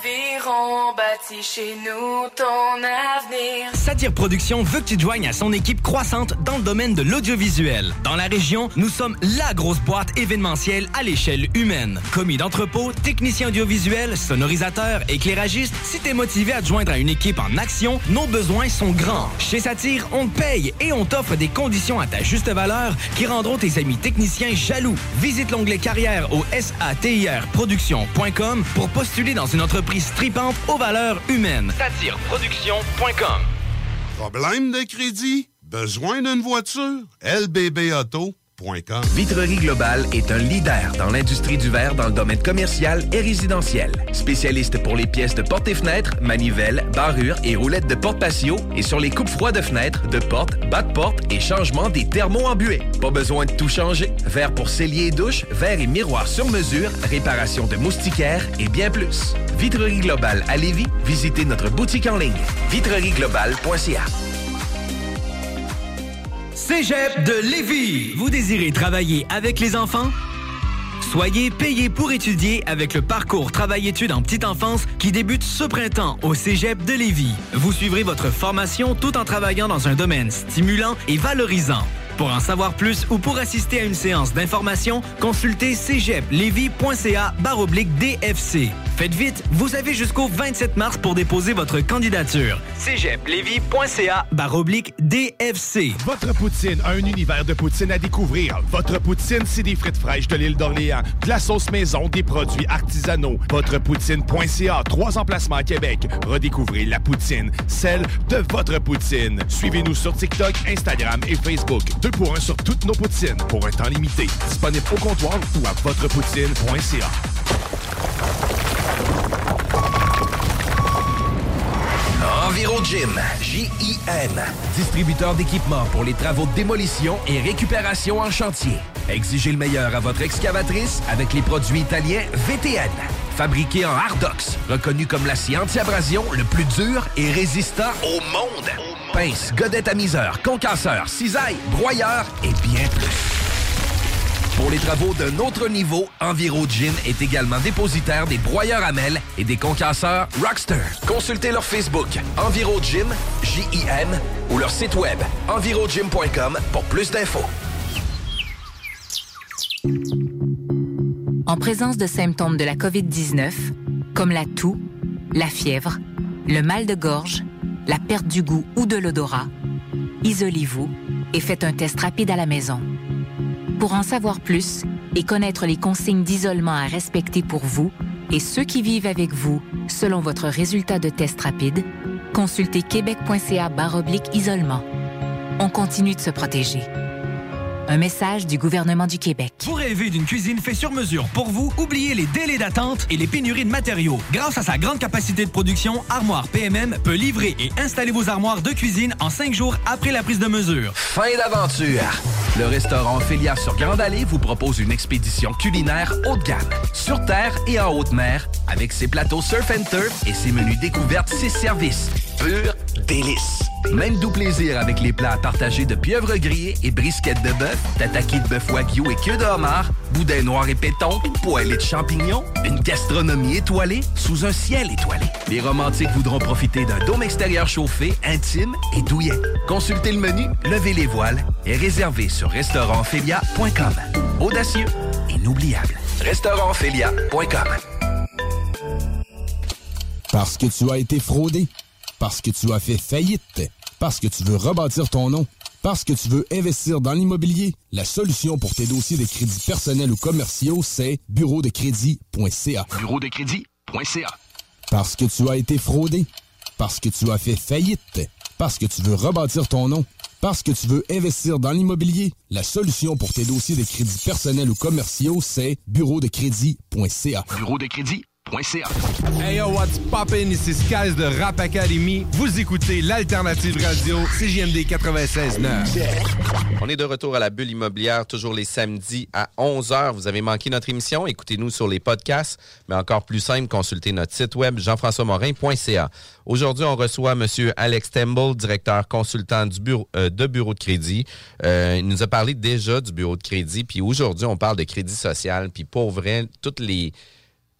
Aviron bâtit chez nous ton avenir. Satire Productions veut que tu te joignes à son équipe croissante dans le domaine de l'audiovisuel. Dans la région, nous sommes la grosse boîte événementielle à l'échelle humaine. Commis d'entrepôt, technicien audiovisuel, sonorisateur, éclairagiste, si t'es motivé à te joindre à une équipe en action, nos besoins sont grands. Chez Satire, on te paye et on t'offre des conditions à ta juste valeur qui rendront tes amis techniciens jaloux. Visite l'onglet carrière au satir production point com pour postuler dans une entreprise tripante aux valeurs humaines. satire production point com. Problème de crédit? Besoin d'une voiture? L B B auto point com. Vitrerie Globale est un leader dans l'industrie du verre dans le domaine commercial et résidentiel. Spécialiste pour les pièces de portes et fenêtres, manivelles, barrures et roulettes de porte-patio et sur les coupes-froids de fenêtres, de portes, bas de porte et changement des thermos embués. Pas besoin de tout changer. Verre pour cellier et douche, verre et miroir sur mesure, réparation de moustiquaires et bien plus. Vitrerie Globale à Lévis, visitez notre boutique en ligne vitrerie globale point c a. Cégep de Lévis. Vous désirez travailler avec les enfants? Soyez payé pour étudier avec le parcours Travail-études en petite enfance qui débute ce printemps au Cégep de Lévis. Vous suivrez votre formation tout en travaillant dans un domaine stimulant et valorisant. Pour en savoir plus ou pour assister à une séance d'information, consultez cégep lévis point c a barre oblique D F C. Faites vite, vous avez jusqu'au vingt-sept mars pour déposer votre candidature. cégep lévis point c a barre oblique D F C. Votre poutine, un univers de poutine à découvrir. Votre poutine, c'est des frites fraîches de l'île d'Orléans, de la sauce maison, des produits artisanaux. Votrepoutine point c a, trois emplacements à Québec. Redécouvrez la poutine, celle de votre poutine. Suivez-nous sur TikTok, Instagram et Facebook. Deux pour un sur toutes nos poutines, pour un temps limité. Disponible au comptoir ou à votrepoutine point c a. EnviroGym, J I M, distributeur d'équipements pour les travaux de démolition et récupération en chantier. Exigez le meilleur à votre excavatrice avec les produits italiens V T N. Fabriqué en Hardox, reconnu comme l'acier anti-abrasion le plus dur et résistant au monde. Pince, godette à miseur, concasseur, cisaille, broyeur et bien plus. Pour les travaux d'un autre niveau, EnviroGym est également dépositaire des broyeurs à mêles et des concasseurs Rockster. Consultez leur Facebook EnviroGym, J I M, ou leur site web envirogym point com pour plus d'infos. En présence de symptômes de la covid dix-neuf, comme la toux, la fièvre, le mal de gorge, la perte du goût ou de l'odorat, isolez-vous et faites un test rapide à la maison. Pour en savoir plus et connaître les consignes d'isolement à respecter pour vous et ceux qui vivent avec vous selon votre résultat de test rapide, consultez québec point c a barre oblique isolement. On continue de se protéger. Un message du gouvernement du Québec. Vous rêvez d'une cuisine faite sur mesure pour vous? Oubliez les délais d'attente et les pénuries de matériaux. Grâce à sa grande capacité de production, Armoire P M M peut livrer et installer vos armoires de cuisine en cinq jours après la prise de mesure. Fin d'aventure! Le restaurant Ophélia sur Grande Allée vous propose une expédition culinaire haut de gamme, sur terre et en haute mer, avec ses plateaux surf and turf et ses menus découvertes, ses services. Pur délice! Même doux plaisir avec les plats partagés de pieuvres grillées et brisquettes de bœuf, tataki de bœuf wagyu et queue de homard, boudin noir et pétanque, poêlée de champignons, une gastronomie étoilée sous un ciel étoilé. Les romantiques voudront profiter d'un dôme extérieur chauffé, intime et douillet. Consultez le menu, levez les voiles et réservez sur restaurant ophélia point com. Audacieux, inoubliable. restaurant ophélia point com. Parce que tu as été fraudé. Parce que tu as fait faillite. Parce que tu veux rebâtir ton nom. Parce que tu veux investir dans l'immobilier. La solution pour tes dossiers de crédits personnels ou commerciaux, c'est bureau de crédit point c a. bureau de crédit point c a. Parce que tu as été fraudé. Parce que tu as fait faillite. Parce que tu veux rebâtir ton nom. Parce que tu veux investir dans l'immobilier. La solution pour tes dossiers de crédits personnels ou commerciaux, c'est bureau de crédit point c a. bureau de crédit point c a. Hey yo, what's poppin'? Ici Skies de Rap Academy. Vous écoutez l'Alternative Radio, C J M D quatre-vingt-seize neuf. On est de retour à la bulle immobilière, toujours les samedis à onze heures. Vous avez manqué notre émission, écoutez-nous sur les podcasts, mais encore plus simple, consultez notre site web jean françois morin point c a. Aujourd'hui, on reçoit M. Alex Temble, directeur consultant du bureau, euh, de Bureau de crédit. Euh, il nous a parlé déjà du Bureau de crédit, puis aujourd'hui, on parle de crédit social, puis pour vrai, toutes les...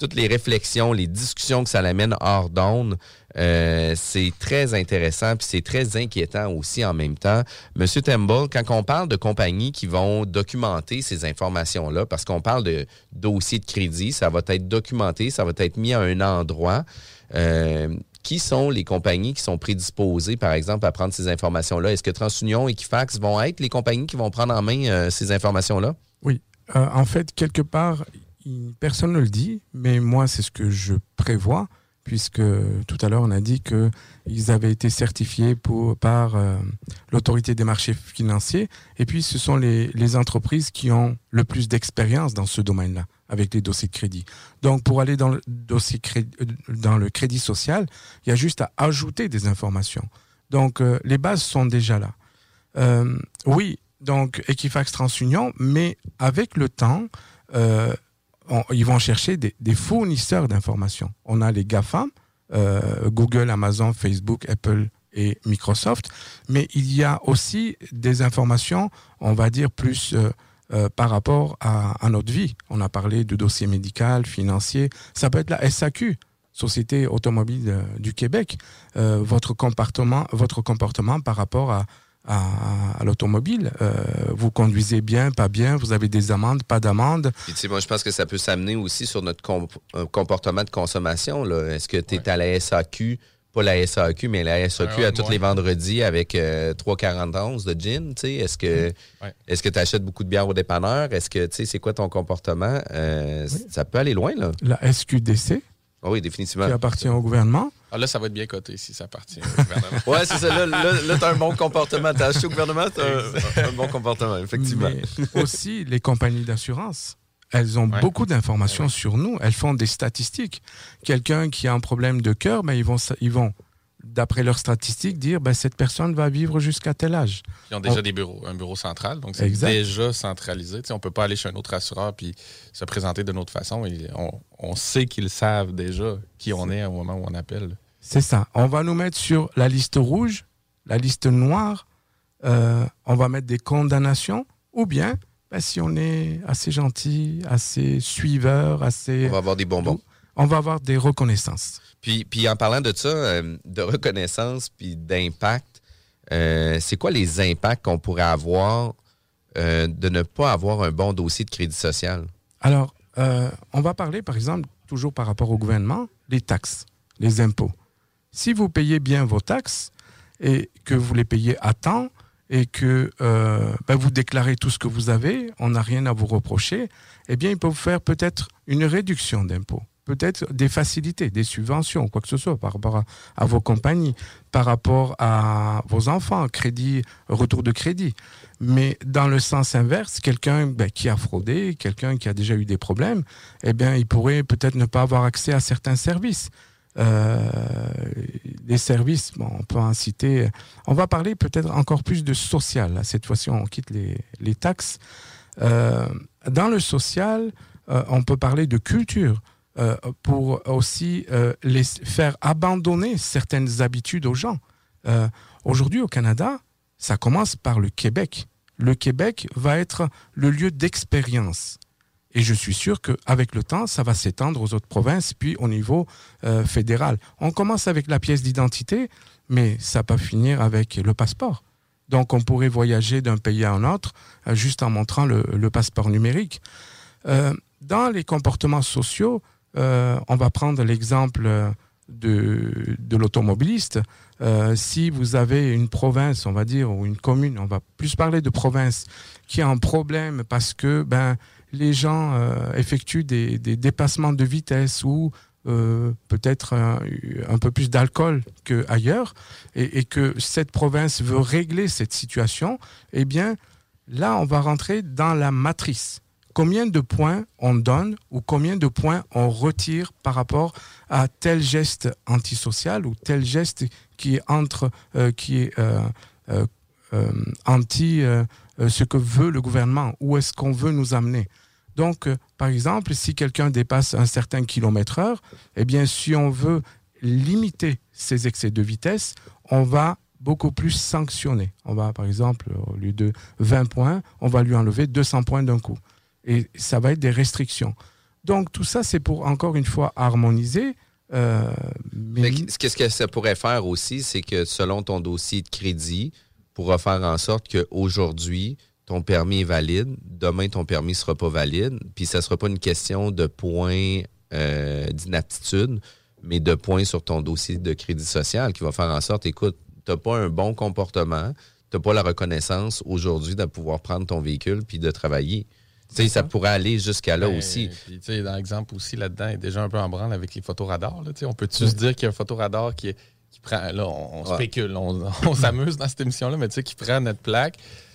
toutes les réflexions, les discussions que ça l'amène hors d'onde, euh, c'est très intéressant puis c'est très inquiétant aussi en même temps. Monsieur Temple, quand on parle de compagnies qui vont documenter ces informations-là, parce qu'on parle de dossier de crédit, ça va être documenté, ça va être mis à un endroit. Euh, qui sont les compagnies qui sont prédisposées, par exemple, à prendre ces informations-là? Est-ce que TransUnion et Equifax vont être les compagnies qui vont prendre en main euh, ces informations-là? Oui. Euh, en fait, quelque part, il, personne ne le dit, mais moi, c'est ce que je prévois, puisque tout à l'heure, on a dit qu'ils avaient été certifiés pour, par euh, l'autorité des marchés financiers, et puis ce sont les, les entreprises qui ont le plus d'expérience dans ce domaine-là, avec les dossiers de crédit. Donc, pour aller dans le, dossier crédit, dans le crédit social, il y a juste à ajouter des informations. Donc, euh, les bases sont déjà là. Euh, oui, donc Equifax, TransUnion, mais avec le temps, euh, on, ils vont chercher des, des fournisseurs d'informations. On a les GAFAM, euh, Google, Amazon, Facebook, Apple et Microsoft, mais il y a aussi des informations, on va dire, plus... Euh, Euh, par rapport à, à notre vie. On a parlé de dossier médical, financier. Ça peut être la S A Q, Société automobile euh, du Québec. Euh, votre comportement, votre comportement par rapport à, à, à l'automobile. Euh, vous conduisez bien, pas bien, vous avez des amendes, pas d'amendes. Puis, tu sais, moi, je pense que ça peut s'amener aussi sur notre comp- comportement de consommation, là. Est-ce que tu es ouais. à la S A Q? Pas la S A Q, mais la S A Q ouais, à tous ouais. les vendredis avec euh, trois quarante onces de gin. Est-ce que ouais. est-ce que tu achètes beaucoup de bière au dépanneur? Est-ce que c'est quoi ton comportement? Euh, oui. Ça peut aller loin, là. La S Q D C. Oh oui, définitivement. Qui appartient au gouvernement. Ah, là, ça va être bien coté si ça appartient au gouvernement. Oui, c'est ça. Là, là, là tu as un bon comportement. Tu as acheté au gouvernement, tu as un, un bon comportement, effectivement. Mais aussi, les compagnies d'assurance. Elles ont ouais. beaucoup d'informations ouais. sur nous. Elles font des statistiques. Quelqu'un qui a un problème de cœur, ben, ils vont, ils vont, d'après leurs statistiques, dire ben, cette personne va vivre jusqu'à tel âge. Ils ont déjà on... des bureaux, un bureau central, donc c'est exact. Déjà centralisé. T'sais, on ne peut pas aller chez un autre assureur puis se présenter d'une autre façon. Et on, on sait qu'ils savent déjà qui on est au moment où on appelle. C'est ça. On va nous mettre sur la liste rouge, la liste noire. Euh, on va mettre des condamnations ou bien... Ben, si on est assez gentil, assez suiveur, assez... On va avoir des bonbons. On va avoir des reconnaissances. Puis, puis en parlant de ça, euh, de reconnaissance puis d'impact, euh, c'est quoi les impacts qu'on pourrait avoir euh, de ne pas avoir un bon dossier de crédit social? Alors, euh, on va parler, par exemple, toujours par rapport au gouvernement, les taxes, les impôts. Si vous payez bien vos taxes et que vous les payez à temps, et que euh, ben vous déclarez tout ce que vous avez, on n'a rien à vous reprocher, eh bien, ils peuvent faire peut-être une réduction d'impôts, peut-être des facilités, des subventions, quoi que ce soit, par rapport à, à vos compagnies, par rapport à vos enfants, crédit, retour de crédit. Mais dans le sens inverse, quelqu'un ben, qui a fraudé, quelqu'un qui a déjà eu des problèmes, eh bien, il pourrait peut-être ne pas avoir accès à certains services. Euh, les services, bon, on peut en citer. On va parler peut-être encore plus de social. Là. Cette fois-ci, on quitte les, les taxes. Euh, dans le social, euh, on peut parler de culture euh, pour aussi euh, les faire abandonner certaines habitudes aux gens. Euh, aujourd'hui, au Canada, ça commence par le Québec. Le Québec va être le lieu d'expérience. Et je suis sûr qu'avec le temps, ça va s'étendre aux autres provinces, puis au niveau euh, fédéral. On commence avec la pièce d'identité, mais ça ne va pas finir avec le passeport. Donc, on pourrait voyager d'un pays à un autre euh, juste en montrant le, le passeport numérique. Euh, dans les comportements sociaux, euh, on va prendre l'exemple de, de l'automobiliste. Euh, si vous avez une province, on va dire, ou une commune, on va plus parler de province, qui a un problème parce que... ben les gens euh, effectuent des, des dépassements de vitesse ou euh, peut-être un, un peu plus d'alcool qu'ailleurs et, et que cette province veut régler cette situation, eh bien, là, on va rentrer dans la matrice. Combien de points on donne ou combien de points on retire par rapport à tel geste antisocial ou tel geste qui est, entre, euh, qui est euh, euh, euh, anti... Euh, ce que veut le gouvernement, où est-ce qu'on veut nous amener. Donc, euh, par exemple, si quelqu'un dépasse un certain kilomètre heure, eh bien, si on veut limiter ces excès de vitesse, on va beaucoup plus sanctionner. On va, par exemple, au lieu de vingt points, on va lui enlever deux cents points d'un coup. Et ça va être des restrictions. Donc tout ça, c'est pour, encore une fois, harmoniser. Euh, mais... Qu'est-ce que ça pourrait faire aussi, c'est que selon ton dossier de crédit, pourra faire en sorte qu'aujourd'hui, ton permis est valide, demain, ton permis ne sera pas valide, puis ça ne sera pas une question de points euh, d'inaptitude, mais de points sur ton dossier de crédit social qui va faire en sorte, écoute, tu n'as pas un bon comportement, tu n'as pas la reconnaissance aujourd'hui de pouvoir prendre ton véhicule puis de travailler. Tu sais, ça pourrait aller jusqu'à là ben, aussi. Puis, tu sais, dans l'exemple aussi, là-dedans, il est déjà un peu en branle avec les photoradars. Là, on peut-tu se dire qu'il y a un photoradar qui, qui prend... Là, on, on ouais. spécule, on, on s'amuse dans cette émission-là, mais tu sais, qui prend notre plaque,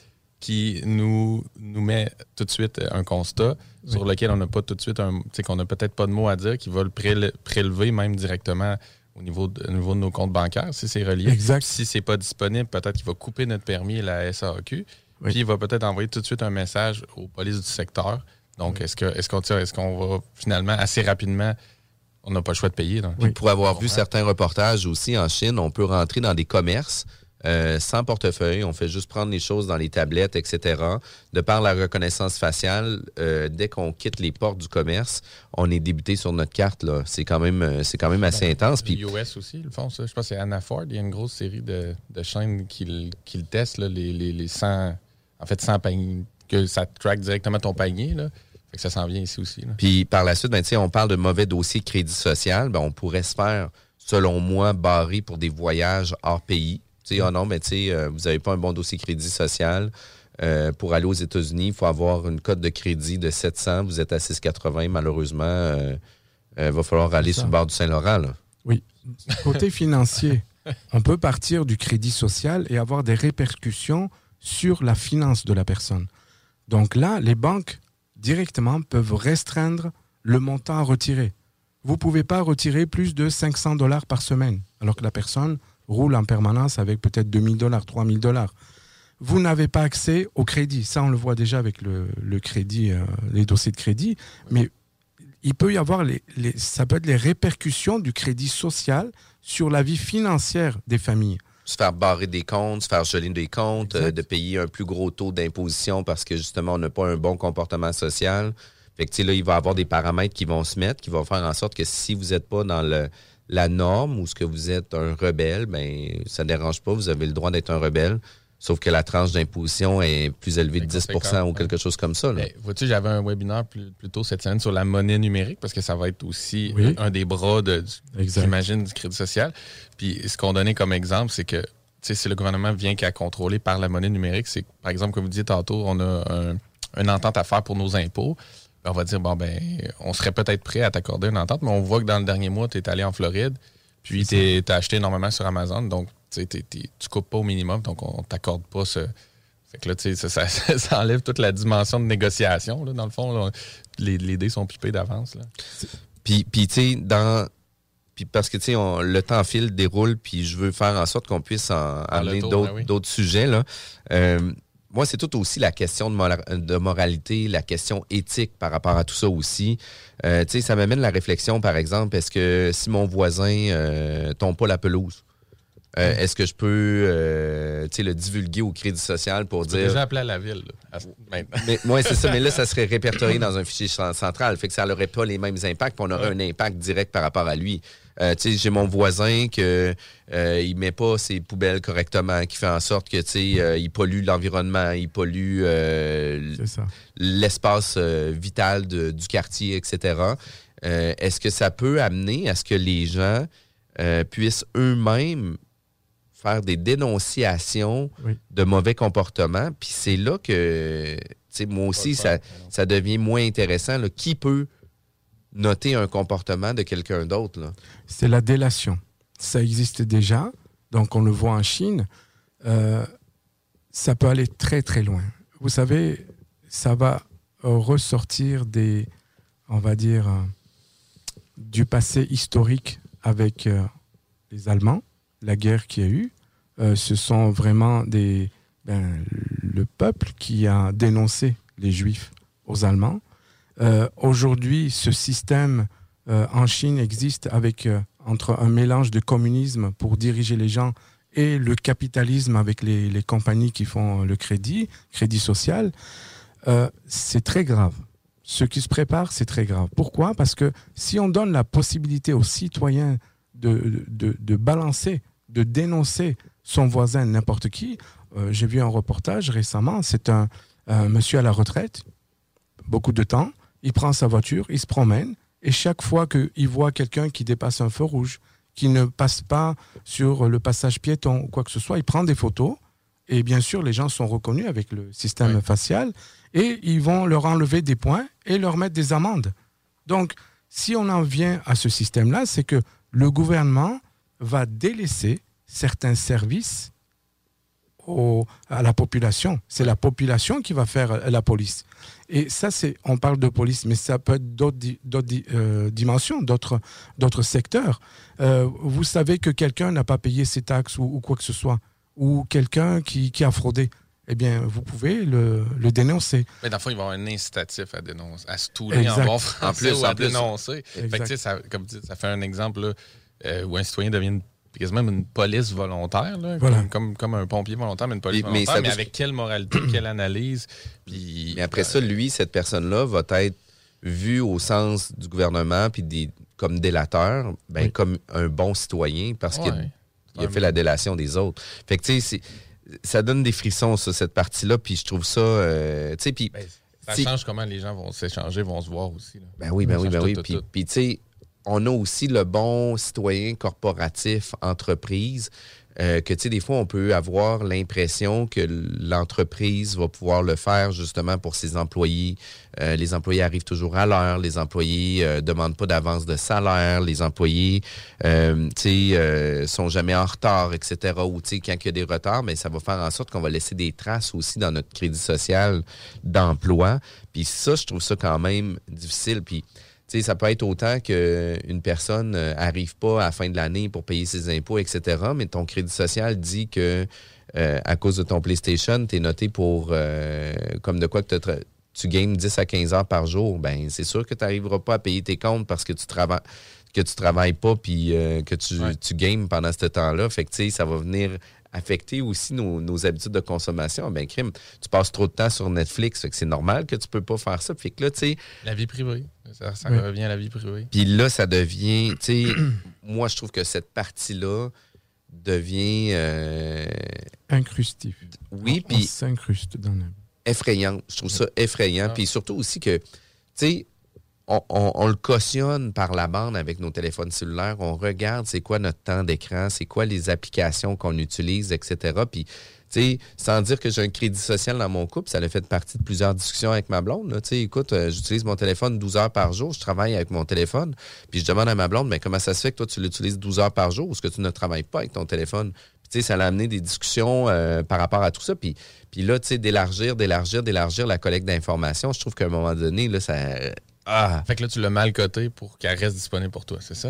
qui nous, nous met tout de suite un constat oui. sur lequel on n'a pas tout de suite un... Tu sais, qu'on n'a peut-être pas de mots à dire, qui va le préle- prélever même directement au niveau, de, au niveau de nos comptes bancaires, si c'est relié. Exact. Si c'est pas disponible, peut-être qu'il va couper notre permis et la S A A Q. Oui. Puis il va peut-être envoyer tout de suite un message aux polices du secteur. Donc, oui. est-ce, que, est-ce, qu'on, est-ce qu'on va finalement assez rapidement, on n'a pas le choix de payer. Donc. Oui. Pour avoir vu certains reportages aussi en Chine, on peut rentrer dans des commerces euh, sans portefeuille. On fait juste prendre les choses dans les tablettes, et cetera. De par la reconnaissance faciale, euh, dès qu'on quitte les portes du commerce, on est débuté sur notre carte. Là. C'est quand même, c'est quand même assez ben, intense. Les U S aussi, ils le font ça. Je pense que c'est Anna Ford. Il y a une grosse série de, de chaînes qui, qui le testent, là, les, les, les cent... En fait, sans panier, que ça traque directement ton panier, là. Fait que ça s'en vient ici aussi. Là. Puis par la suite, ben, on parle de mauvais dossier crédit social. Ben, on pourrait se faire, selon moi, barrer pour des voyages hors pays. Tu sais, oh non, mais tu sais, euh, vous n'avez pas un bon dossier crédit social. Euh, pour aller aux États-Unis, il faut avoir une cote de crédit de sept cents. Vous êtes à six quatre-vingts, malheureusement. Il euh, euh, va falloir aller sur le bord du Saint-Laurent. Là. Oui. Côté financier, on peut partir du crédit social et avoir des répercussions sur la finance de la personne. Donc là, les banques, directement, peuvent restreindre le montant à retirer. Vous ne pouvez pas retirer plus de cinq cents dollars par semaine, alors que la personne roule en permanence avec peut-être deux mille dollars, trois mille dollars. Vous n'avez pas accès au crédit. Ça, on le voit déjà avec le, le crédit, euh, les dossiers de crédit. Mais il peut y avoir, les, les, ça peut être les répercussions du crédit social sur la vie financière des familles. Se faire barrer des comptes, se faire geler des comptes, euh, de payer un plus gros taux d'imposition parce que justement, on n'a pas un bon comportement social. Fait que, tu sais, là, il va y avoir des paramètres qui vont se mettre, qui vont faire en sorte que si vous n'êtes pas dans le, la norme ou ce que vous êtes un rebelle, ben ça ne dérange pas, vous avez le droit d'être un rebelle. Sauf que la tranche d'imposition est plus élevée de dix pour cent ou quelque chose comme ça. Là. Ben, vois-tu, j'avais un webinaire plus, plus tôt cette semaine sur la monnaie numérique parce que ça va être aussi oui. un des bras, de, du, j'imagine, du crédit social. Puis ce qu'on donnait comme exemple, c'est que si le gouvernement vient qu'à contrôler par la monnaie numérique, c'est par exemple, comme vous disiez tantôt, on a un, une entente à faire pour nos impôts. Ben, on va dire, bon, ben, on serait peut-être prêt à t'accorder une entente, mais on voit que dans le dernier mois, tu es allé en Floride, puis tu as acheté énormément sur Amazon, donc t'es, t'es, tu coupes pas au minimum, donc on t'accorde pas ce... Fait que là, tu sais, ça, ça, ça enlève toute la dimension de négociation, là, dans le fond. Là. Les, les dés sont pipés d'avance. Là. Puis, puis tu sais, dans... Puis parce que, tu sais, le temps file, déroule, puis je veux faire en sorte qu'on puisse en amener d'autres, ben oui. d'autres sujets, là. Euh, moi, c'est tout aussi la question de, mora- de moralité, la question éthique par rapport à tout ça aussi. Euh, tu sais, ça m'amène la réflexion, par exemple, est-ce que si mon voisin euh, tombe pas la pelouse, Euh, est-ce que je peux euh, le divulguer au crédit social pour tu dire... Tu peux déjà appeler à la ville. Là, mais, ouais, c'est ça. Mais là, ça serait répertorié dans un fichier central. Fait que ça n'aurait pas les mêmes impacts. Puis on aurait ouais. un impact direct par rapport à lui. Euh, j'ai mon voisin que euh, il met pas ses poubelles correctement, qui fait en sorte que euh, il pollue l'environnement, il pollue euh, l'espace euh, vital de, du quartier, et cetera. Euh, est-ce que ça peut amener à ce que les gens euh, puissent eux-mêmes faire des dénonciations oui. de mauvais comportements? Puis c'est là que, tu sais, moi aussi, ça, ça devient moins intéressant. Là. Qui peut noter un comportement de quelqu'un d'autre? Là? C'est la délation. Ça existe déjà. Donc, on le voit en Chine. Euh, ça peut aller très, très loin. Vous savez, ça va ressortir des, on va dire, euh, du passé historique avec euh, les Allemands, la guerre qu'il y a eu. Euh, ce sont vraiment des, ben, le peuple qui a dénoncé les Juifs aux Allemands. Euh, aujourd'hui, ce système euh, en Chine existe avec euh, entre un mélange de communisme pour diriger les gens et le capitalisme avec les, les compagnies qui font le crédit, crédit social. Euh, c'est très grave. ce qui se prépare, c'est très grave. Pourquoi? Parce que si on donne la possibilité aux citoyens de, de, de balancer, de dénoncer son voisin, n'importe qui, euh, j'ai vu un reportage récemment, c'est un, un monsieur à la retraite, beaucoup de temps, il prend sa voiture, il se promène, et chaque fois qu'il voit quelqu'un qui dépasse un feu rouge, qui ne passe pas sur le passage piéton ou quoi que ce soit, il prend des photos, et bien sûr, les gens sont reconnus avec le système oui. facial, et ils vont leur enlever des points et leur mettre des amendes. Donc, si on en vient à ce système-là, c'est que le gouvernement va délaisser certains services au, à la population. C'est la population qui va faire la police. Et ça, c'est, on parle de police, mais ça peut être d'autres, d'autres euh, dimensions, d'autres, d'autres secteurs. Euh, vous savez que quelqu'un n'a pas payé ses taxes ou, ou quoi que ce soit, ou quelqu'un qui, qui a fraudé. Eh bien, vous pouvez le, le dénoncer. Mais dans le fond, il va y avoir un incitatif à dénoncer, à se touler en bon français en plus, ou à en plus. dénoncer. Fait que, tu sais, ça, comme tu dis, ça fait un exemple là, euh, où un citoyen devient une, quasiment une police volontaire, là, voilà. comme, comme, comme un pompier volontaire, mais une police mais, volontaire, mais, mais avec quelle moralité, quelle analyse. Puis, mais après euh, ça, lui, cette personne-là va être vue au sens du gouvernement puis des, comme délateur, ben, oui. comme un bon citoyen parce ouais. qu'il il a fait la délation des autres. Fait que, tu sais, ça donne des frissons, ça, cette partie-là, puis je trouve ça... Euh, tu sais, puis... Ben, ça change comment les gens vont s'échanger, vont se voir aussi. Là. Ben oui, ben oui, ben oui. Puis, puis tu sais, on a aussi le bon citoyen corporatif, entreprise, euh, que, tu sais, des fois, on peut avoir l'impression que l'entreprise va pouvoir le faire, justement, pour ses employés. Euh, les employés arrivent toujours à l'heure, les employés euh, demandent pas d'avance de salaire, les employés, euh, tu sais, euh, sont jamais en retard, et cetera. Ou, tu sais, quand il y a des retards, mais ça va faire en sorte qu'on va laisser des traces aussi dans notre crédit social d'emploi. Puis ça, je trouve ça quand même difficile. Puis, tu sais, ça peut être autant qu'une personne n'arrive pas à la fin de l'année pour payer ses impôts, et cetera, mais ton crédit social dit que euh, à cause de ton PlayStation, tu es noté pour euh, comme de quoi que tra- tu games dix à quinze heures par jour. Ben c'est sûr que tu n'arriveras pas à payer tes comptes parce que tu travailles que tu travailles pas puis euh, que tu, ouais. tu games pendant ce temps-là. Fait que tu sais, ça va venir affecter aussi nos, nos habitudes de consommation. Ben crime, tu passes trop de temps sur Netflix, fait que c'est normal que tu peux pas faire ça. Fait que là, tu sais... La vie privée. Ça, ça oui. revient à la vie privée. Puis là, ça devient... Tu sais, moi, je trouve que cette partie-là devient... Euh... Incrustif. Oui, on, puis... On s'incruste dans la... Effrayant. Je trouve ça effrayant. Ah. Puis surtout aussi que, tu sais, on, on, on le cautionne par la bande avec nos téléphones cellulaires. On regarde c'est quoi notre temps d'écran, c'est quoi les applications qu'on utilise, et cetera. Puis, tu sais, sans dire que j'ai un crédit social dans mon couple, ça a fait partie de plusieurs discussions avec ma blonde. Tu sais, écoute, euh, j'utilise mon téléphone douze heures par jour, je travaille avec mon téléphone. Puis je demande à ma blonde, mais comment ça se fait que toi, tu l'utilises douze heures par jour ou est-ce que tu ne travailles pas avec ton téléphone? Tu sais, ça a amené des discussions euh, par rapport à tout ça. Puis, puis là, tu sais, d'élargir, d'élargir, d'élargir la collecte d'informations, je trouve qu'à un moment donné, là, ça... Ah. Fait que là, tu l'as mal coté pour qu'elle reste disponible pour toi, c'est ça?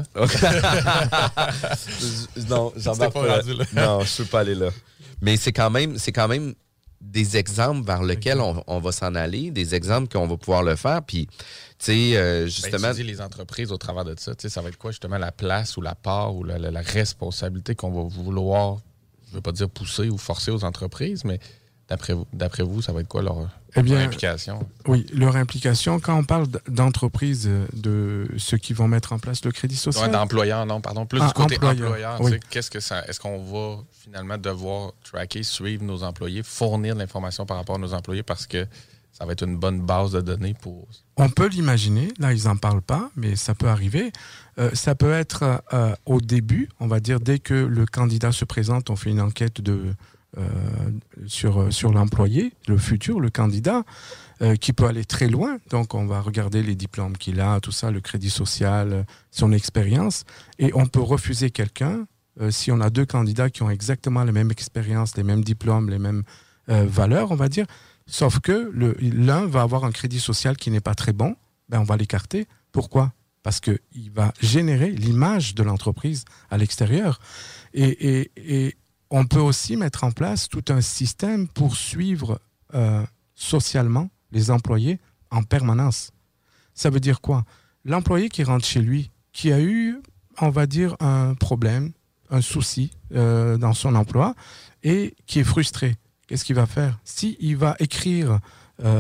non, j'embarque pas, pas là. Non, je peux pas aller là. Mais c'est quand même, c'est quand même des exemples vers lesquels on, on va s'en aller, des exemples qu'on va pouvoir le faire. Puis, tu sais, euh, justement... Ben, les entreprises au travers de ça, tu sais, ça va être quoi, justement, la place ou la part ou la, la, la responsabilité qu'on va vouloir, je veux pas dire pousser ou forcer aux entreprises, mais d'après vous, d'après vous ça va être quoi leur, eh bien, leur implication? Oui, leur implication, quand on parle d'entreprises, de ceux qui vont mettre en place le crédit social... Ouais, d'employeurs, non, pardon, plus ah, du côté employeur, employeur oui. Qu'est-ce que ça, est-ce qu'on va finalement devoir tracker, suivre nos employés, fournir de l'information par rapport à nos employés parce que ça va être une bonne base de données pour... On peut l'imaginer, là ils n'en parlent pas, mais ça peut arriver. Euh, ça peut être euh, au début, on va dire, dès que le candidat se présente, on fait une enquête de, euh, sur, sur l'employé, le futur, le candidat, euh, qui peut aller très loin. Donc on va regarder les diplômes qu'il a, tout ça, le crédit social, son expérience, et on peut refuser quelqu'un euh, si on a deux candidats qui ont exactement la même expérience, les mêmes diplômes, les mêmes euh, valeurs, on va dire. Sauf que le, l'un va avoir un crédit social qui n'est pas très bon, ben on va l'écarter. Pourquoi? Parce qu'il va générer l'image de l'entreprise à l'extérieur. Et, et, et on peut aussi mettre en place tout un système pour suivre euh, socialement les employés en permanence. Ça veut dire quoi? L'employé qui rentre chez lui, qui a eu, on va dire, un problème, un souci euh, dans son emploi et qui est frustré. Qu'est-ce qu'il va faire? S'il va écrire euh,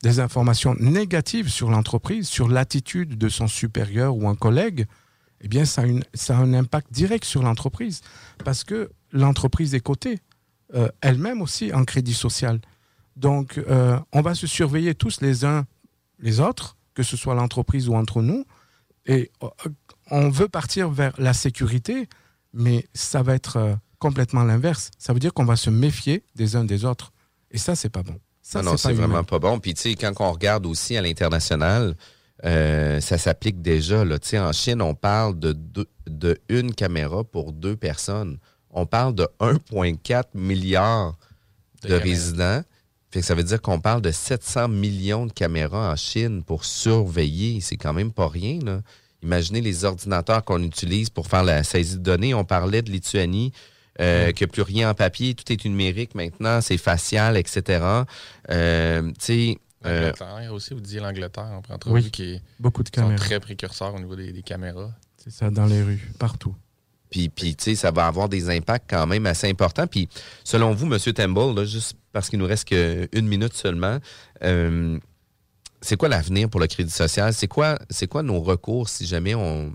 des informations négatives sur l'entreprise, sur l'attitude de son supérieur ou un collègue, eh bien, ça a, une, ça a un impact direct sur l'entreprise. Parce que l'entreprise est cotée, euh, elle-même aussi en crédit social. Donc, euh, on va se surveiller tous les uns les autres, que ce soit l'entreprise ou entre nous. Et euh, on veut partir vers la sécurité, mais ça va être euh, complètement l'inverse. Ça veut dire qu'on va se méfier des uns des autres. Et ça, c'est pas bon. Ça, non, non, c'est, c'est vraiment pas bon. Puis, tu sais, quand on regarde aussi à l'international, euh, ça s'applique déjà. Là. Tu sais, en Chine, on parle de, deux, de une caméra pour deux personnes. On parle de un virgule quatre milliard de, de résidents. Fait que ça veut dire qu'on parle de sept cents millions de caméras en Chine pour surveiller. C'est quand même pas rien, là. Imaginez les ordinateurs qu'on utilise pour faire la saisie de données. On parlait de Lituanie. Euh, mmh. Qu'il n'y a plus rien en papier, tout est numérique maintenant, c'est facial, et cetera. Euh, tu sais... L'Angleterre euh, aussi, vous disiez l'Angleterre, en entrevue, oui, qui est, beaucoup de caméras. Sont très précurseurs au niveau des, des caméras. C'est ça, dans les rues, partout. Puis, puis tu sais, ça va avoir des impacts quand même assez importants. Puis, selon vous, M. Temple, là, juste parce qu'il nous reste qu'une minute seulement, euh, c'est quoi l'avenir pour le crédit social? C'est quoi, c'est quoi nos recours si jamais on...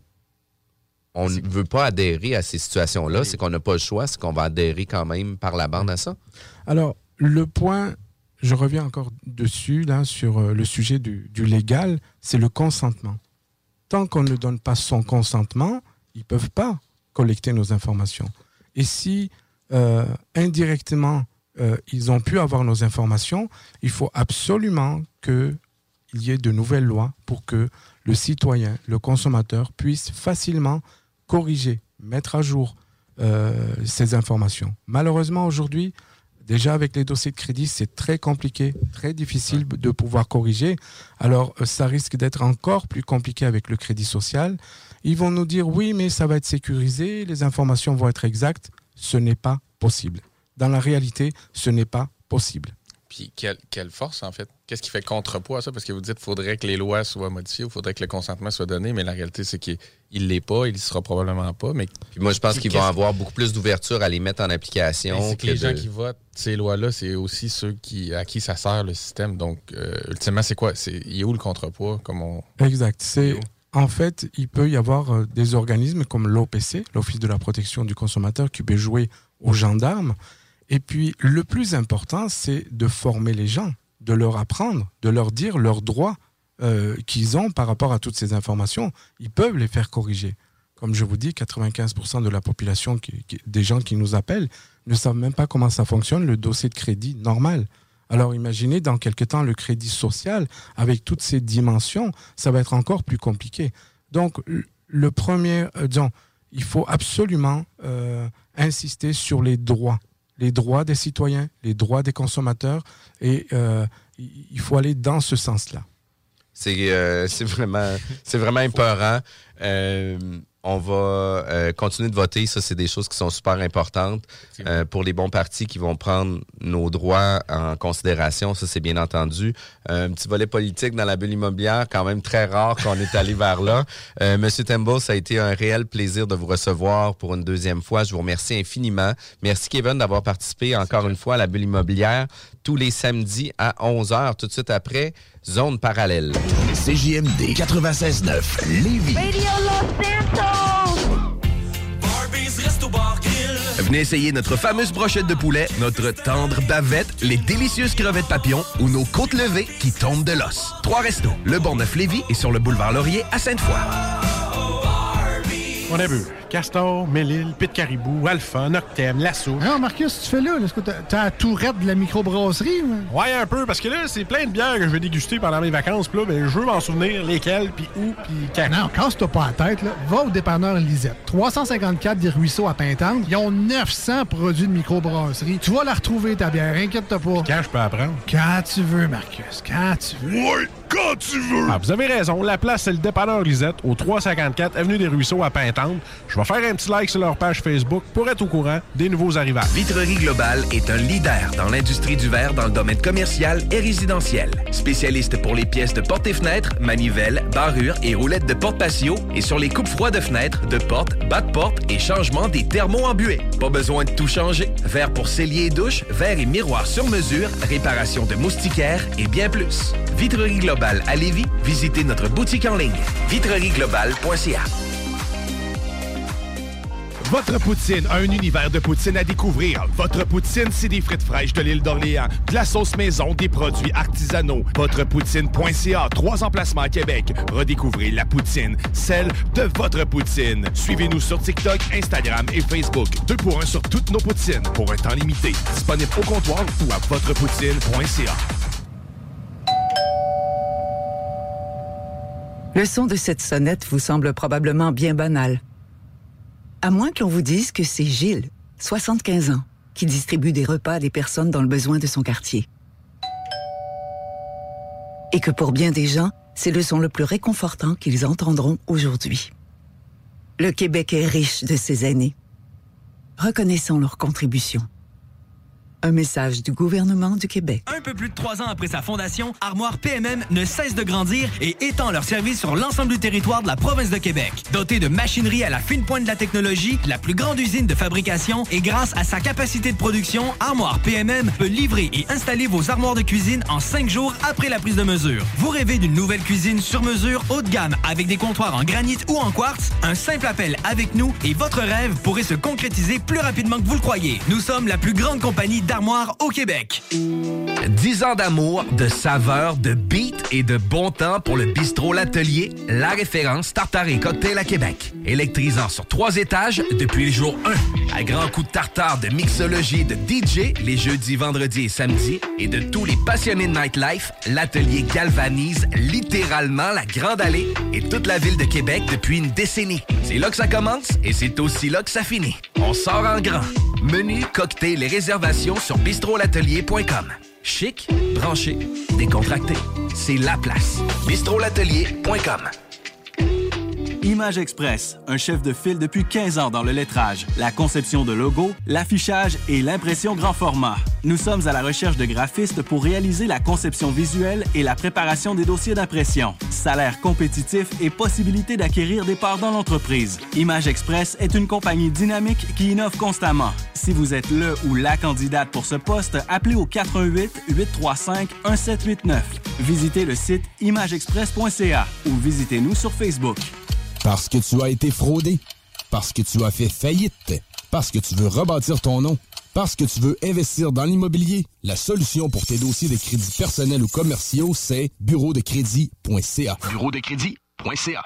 On ne veut pas adhérer à ces situations-là, c'est qu'on n'a pas le choix, c'est qu'on va adhérer quand même par la bande à ça? Alors, le point, je reviens encore dessus, là, sur euh, le sujet du, du légal, c'est le consentement. Tant qu'on ne donne pas son consentement, ils ne peuvent pas collecter nos informations. Et si, euh, indirectement, euh, ils ont pu avoir nos informations, il faut absolument qu'il y ait de nouvelles lois pour que le citoyen, le consommateur, puisse facilement corriger, mettre à jour euh, ces informations. Malheureusement, aujourd'hui, déjà avec les dossiers de crédit, c'est très compliqué, très difficile de pouvoir corriger. Alors, ça risque d'être encore plus compliqué avec le crédit social. Ils vont nous dire, oui, mais ça va être sécurisé, les informations vont être exactes. Ce n'est pas possible. Dans la réalité, ce n'est pas possible. Puis, quelle, quelle force, en fait? Qu'est-ce qui fait contrepoids à ça? Parce que vous dites qu'il faudrait que les lois soient modifiées, il faudrait que le consentement soit donné, mais la réalité, c'est qu'il ne l'est pas, il ne sera probablement pas. Mais puis moi, je pense qu'ils vont avoir beaucoup plus d'ouverture à les mettre en application. C'est que, que les de... gens qui votent ces lois-là, c'est aussi ceux qui, à qui ça sert le système. Donc, euh, ultimement, c'est quoi? C'est, il est où le contrepoids? Comme on... Exact. C'est, en fait, il peut y avoir euh, des organismes comme l'O P C, l'Office de la protection du consommateur, qui peut jouer aux gendarmes. Et puis, le plus important, c'est de former les gens, de leur apprendre, de leur dire leurs droits euh, qu'ils ont par rapport à toutes ces informations. Ils peuvent les faire corriger. Comme je vous dis, quatre-vingt-quinze pour cent de la population, qui, qui, des gens qui nous appellent, ne savent même pas comment ça fonctionne, le dossier de crédit normal. Alors imaginez, dans quelque temps, le crédit social, avec toutes ces dimensions, ça va être encore plus compliqué. Donc, le premier, euh, disons, il faut absolument euh, insister sur les droits. les droits des citoyens, les droits des consommateurs, et euh, il faut aller dans ce sens-là. C'est, euh, c'est vraiment, c'est vraiment épeurant. Euh, on va euh, continuer de voter. Ça, c'est des choses qui sont super importantes euh, pour les bons partis qui vont prendre nos droits en considération. Ça, c'est bien entendu. Euh, un petit volet politique dans la bulle immobilière, quand même très rare qu'on est allé vers là. Euh, Monsieur Temple, ça a été un réel plaisir de vous recevoir pour une deuxième fois. Je vous remercie infiniment. Merci, Kevin, d'avoir participé encore une fois à la bulle immobilière tous les samedis à onze heures. Tout de suite après, Zone parallèle. C J M D quatre-vingt-seize neuf, Lévis. Radio Los Santos! Venez essayer notre fameuse brochette de poulet, notre tendre bavette, les délicieuses crevettes papillons ou nos côtes levées qui tombent de l'os. Trois restos, le Bonneuf-Lévis et sur le boulevard Laurier à Sainte-Foy. On a vu Castor, Mélile, Pit Caribou, Alpha, Noctem, Lasso. Non, Marcus, tu fais là? Est-ce que t'as, t'as la tourette de la microbrasserie? Ou... Ouais, un peu, parce que là, c'est plein de bières que je vais déguster pendant mes vacances. Puis là, ben, je veux m'en souvenir lesquelles, puis où, puis quand. Non, casse-toi pas la tête, là. Va au dépanneur Lisette. trois cent cinquante-quatre des Ruisseaux à Pintante. Ils ont neuf cents produits de microbrasserie. Tu vas la retrouver, ta bière, inquiète-toi pas. Puis quand je peux apprendre? Quand tu veux, Marcus, quand tu veux. Ouais, quand tu veux! Ah, vous avez raison, la place, c'est le dépanneur Lisette, au trois cent cinquante-quatre Avenue des Ruisseaux à Pintante. Je Je vais faire un petit like sur leur page Facebook pour être au courant des nouveaux arrivages. Vitrerie Globale est un leader dans l'industrie du verre dans le domaine commercial et résidentiel. Spécialiste pour les pièces de portes et fenêtres, manivelles, barrures et roulettes de porte patio et sur les coupes froides de fenêtres, de portes, bas de porte et changement des thermos embués. Pas besoin de tout changer. Verre pour cellier et douche, verre et miroirs sur mesure, réparation de moustiquaires et bien plus. Vitrerie Globale à Lévis, visitez notre boutique en ligne vitrerie globale point c a. Votre poutine, un univers de poutine à découvrir. Votre poutine, c'est des frites fraîches de l'île d'Orléans, de la sauce maison, des produits artisanaux. Votrepoutine point c a, trois emplacements à Québec. Redécouvrez la poutine, celle de votre poutine. Suivez-nous sur TikTok, Instagram et Facebook. Deux pour un sur toutes nos poutines, pour un temps limité. Disponible au comptoir ou à votrepoutine point c a. Le son de cette sonnette vous semble probablement bien banal. À moins qu'on vous dise que c'est Gilles, soixante-quinze ans, qui distribue des repas à des personnes dans le besoin de son quartier. Et que pour bien des gens, c'est le son le plus réconfortant qu'ils entendront aujourd'hui. Le Québec est riche de ses aînés. Reconnaissons leur contribution. Un message du gouvernement du Québec. Un peu plus de trois ans après sa fondation, Armoire P M M ne cesse de grandir et étend leur service sur l'ensemble du territoire de la province de Québec. Dotée de machinerie à la fine pointe de la technologie, la plus grande usine de fabrication et grâce à sa capacité de production, Armoire P M M peut livrer et installer vos armoires de cuisine en cinq jours après la prise de mesure. Vous rêvez d'une nouvelle cuisine sur mesure haut de gamme avec des comptoirs en granit ou en quartz? Un simple appel avec nous et votre rêve pourrait se concrétiser plus rapidement que vous le croyez. Nous sommes la plus grande compagnie d'armoires au Québec. dix ans d'amour, de saveur, de beat et de bon temps pour le bistrot L'Atelier, la référence tartare et cocktail à Québec. Électrisant sur trois étages depuis le jour un. À grands coups de tartare, de mixologie, de D J, les jeudis, vendredis et samedis, et de tous les passionnés de nightlife, L'Atelier galvanise littéralement la Grande Allée et toute la ville de Québec depuis une décennie. C'est là que ça commence et c'est aussi là que ça finit. On sort en grand. Menu, cocktail et réservations sur bistrot l'atelier point com. Chic, branché, décontracté. C'est la place. bistrot l'atelier point com. Image Express, un chef de file depuis quinze ans dans le lettrage, la conception de logos, l'affichage et l'impression grand format. Nous sommes à la recherche de graphistes pour réaliser la conception visuelle et la préparation des dossiers d'impression. Salaire compétitif et possibilité d'acquérir des parts dans l'entreprise. Image Express est une compagnie dynamique qui innove constamment. Si vous êtes le ou la candidate pour ce poste, appelez au quatre un huit, huit trois cinq, un sept huit neuf. Visitez le site image express point c a ou visitez-nous sur Facebook. Parce que tu as été fraudé, parce que tu as fait faillite, parce que tu veux rebâtir ton nom, parce que tu veux investir dans l'immobilier, la solution pour tes dossiers de crédits personnels ou commerciaux, c'est bureau de crédit point c a. bureau de crédit point c a.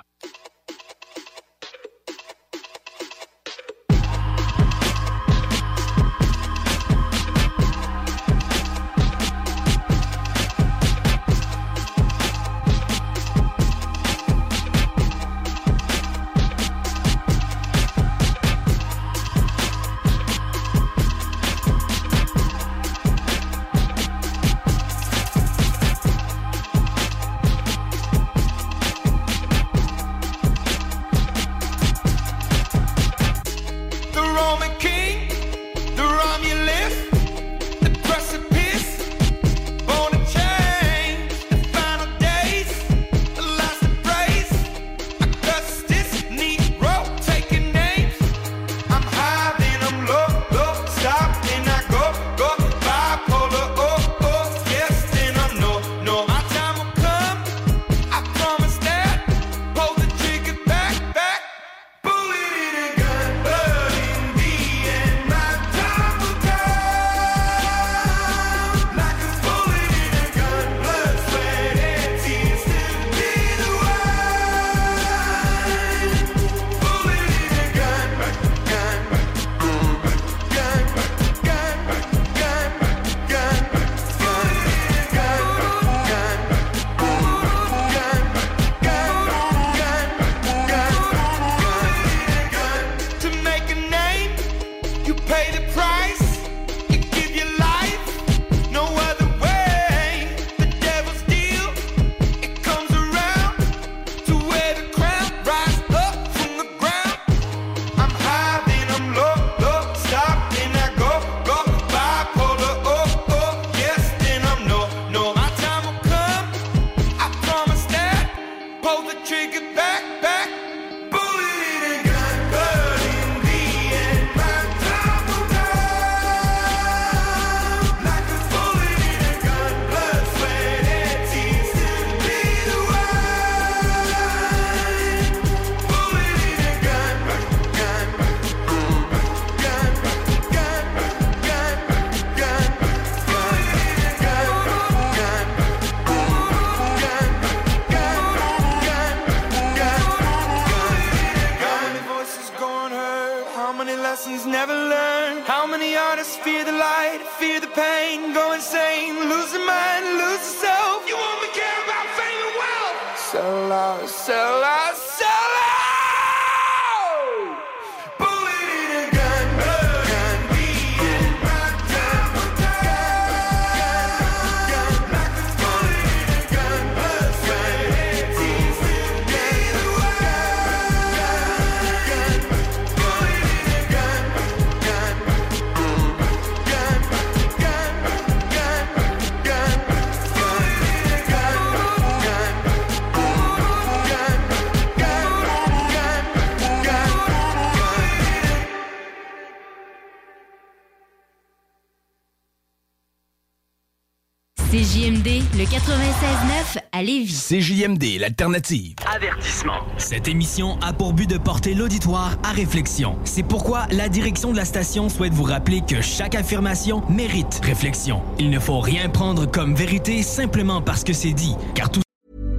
C J M D, le quatre-vingt-seize neuf à Lévis. C J M D, l'alternative. Avertissement. Cette émission a pour but de porter l'auditoire à réflexion. C'est pourquoi la direction de la station souhaite vous rappeler que chaque affirmation mérite réflexion. Il ne faut rien prendre comme vérité simplement parce que c'est dit, car tout...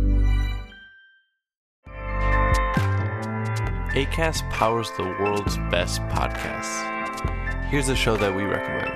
Acast powers the world's best podcasts. Here's a show that we recommend.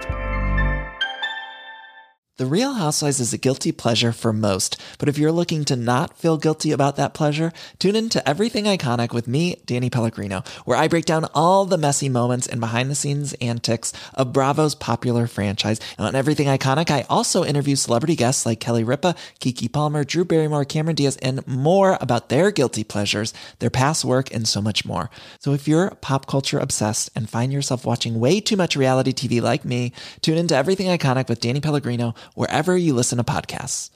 The Real Housewives is a guilty pleasure for most, but if you're looking to not feel guilty about that pleasure, tune in to Everything Iconic with me, Danny Pellegrino, where I break down all the messy moments and behind-the-scenes antics of Bravo's popular franchise. And on Everything Iconic, I also interview celebrity guests like Kelly Ripa, Keke Palmer, Drew Barrymore, Cameron Diaz, and more about their guilty pleasures, their past work, and so much more. So if you're pop culture obsessed and find yourself watching way too much reality T V like me, tune in to Everything Iconic with Danny Pellegrino, wherever you listen to podcasts.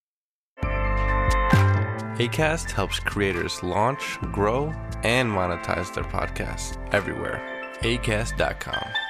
Acast helps creators launch, grow, and monetize their podcasts everywhere. acast dot com.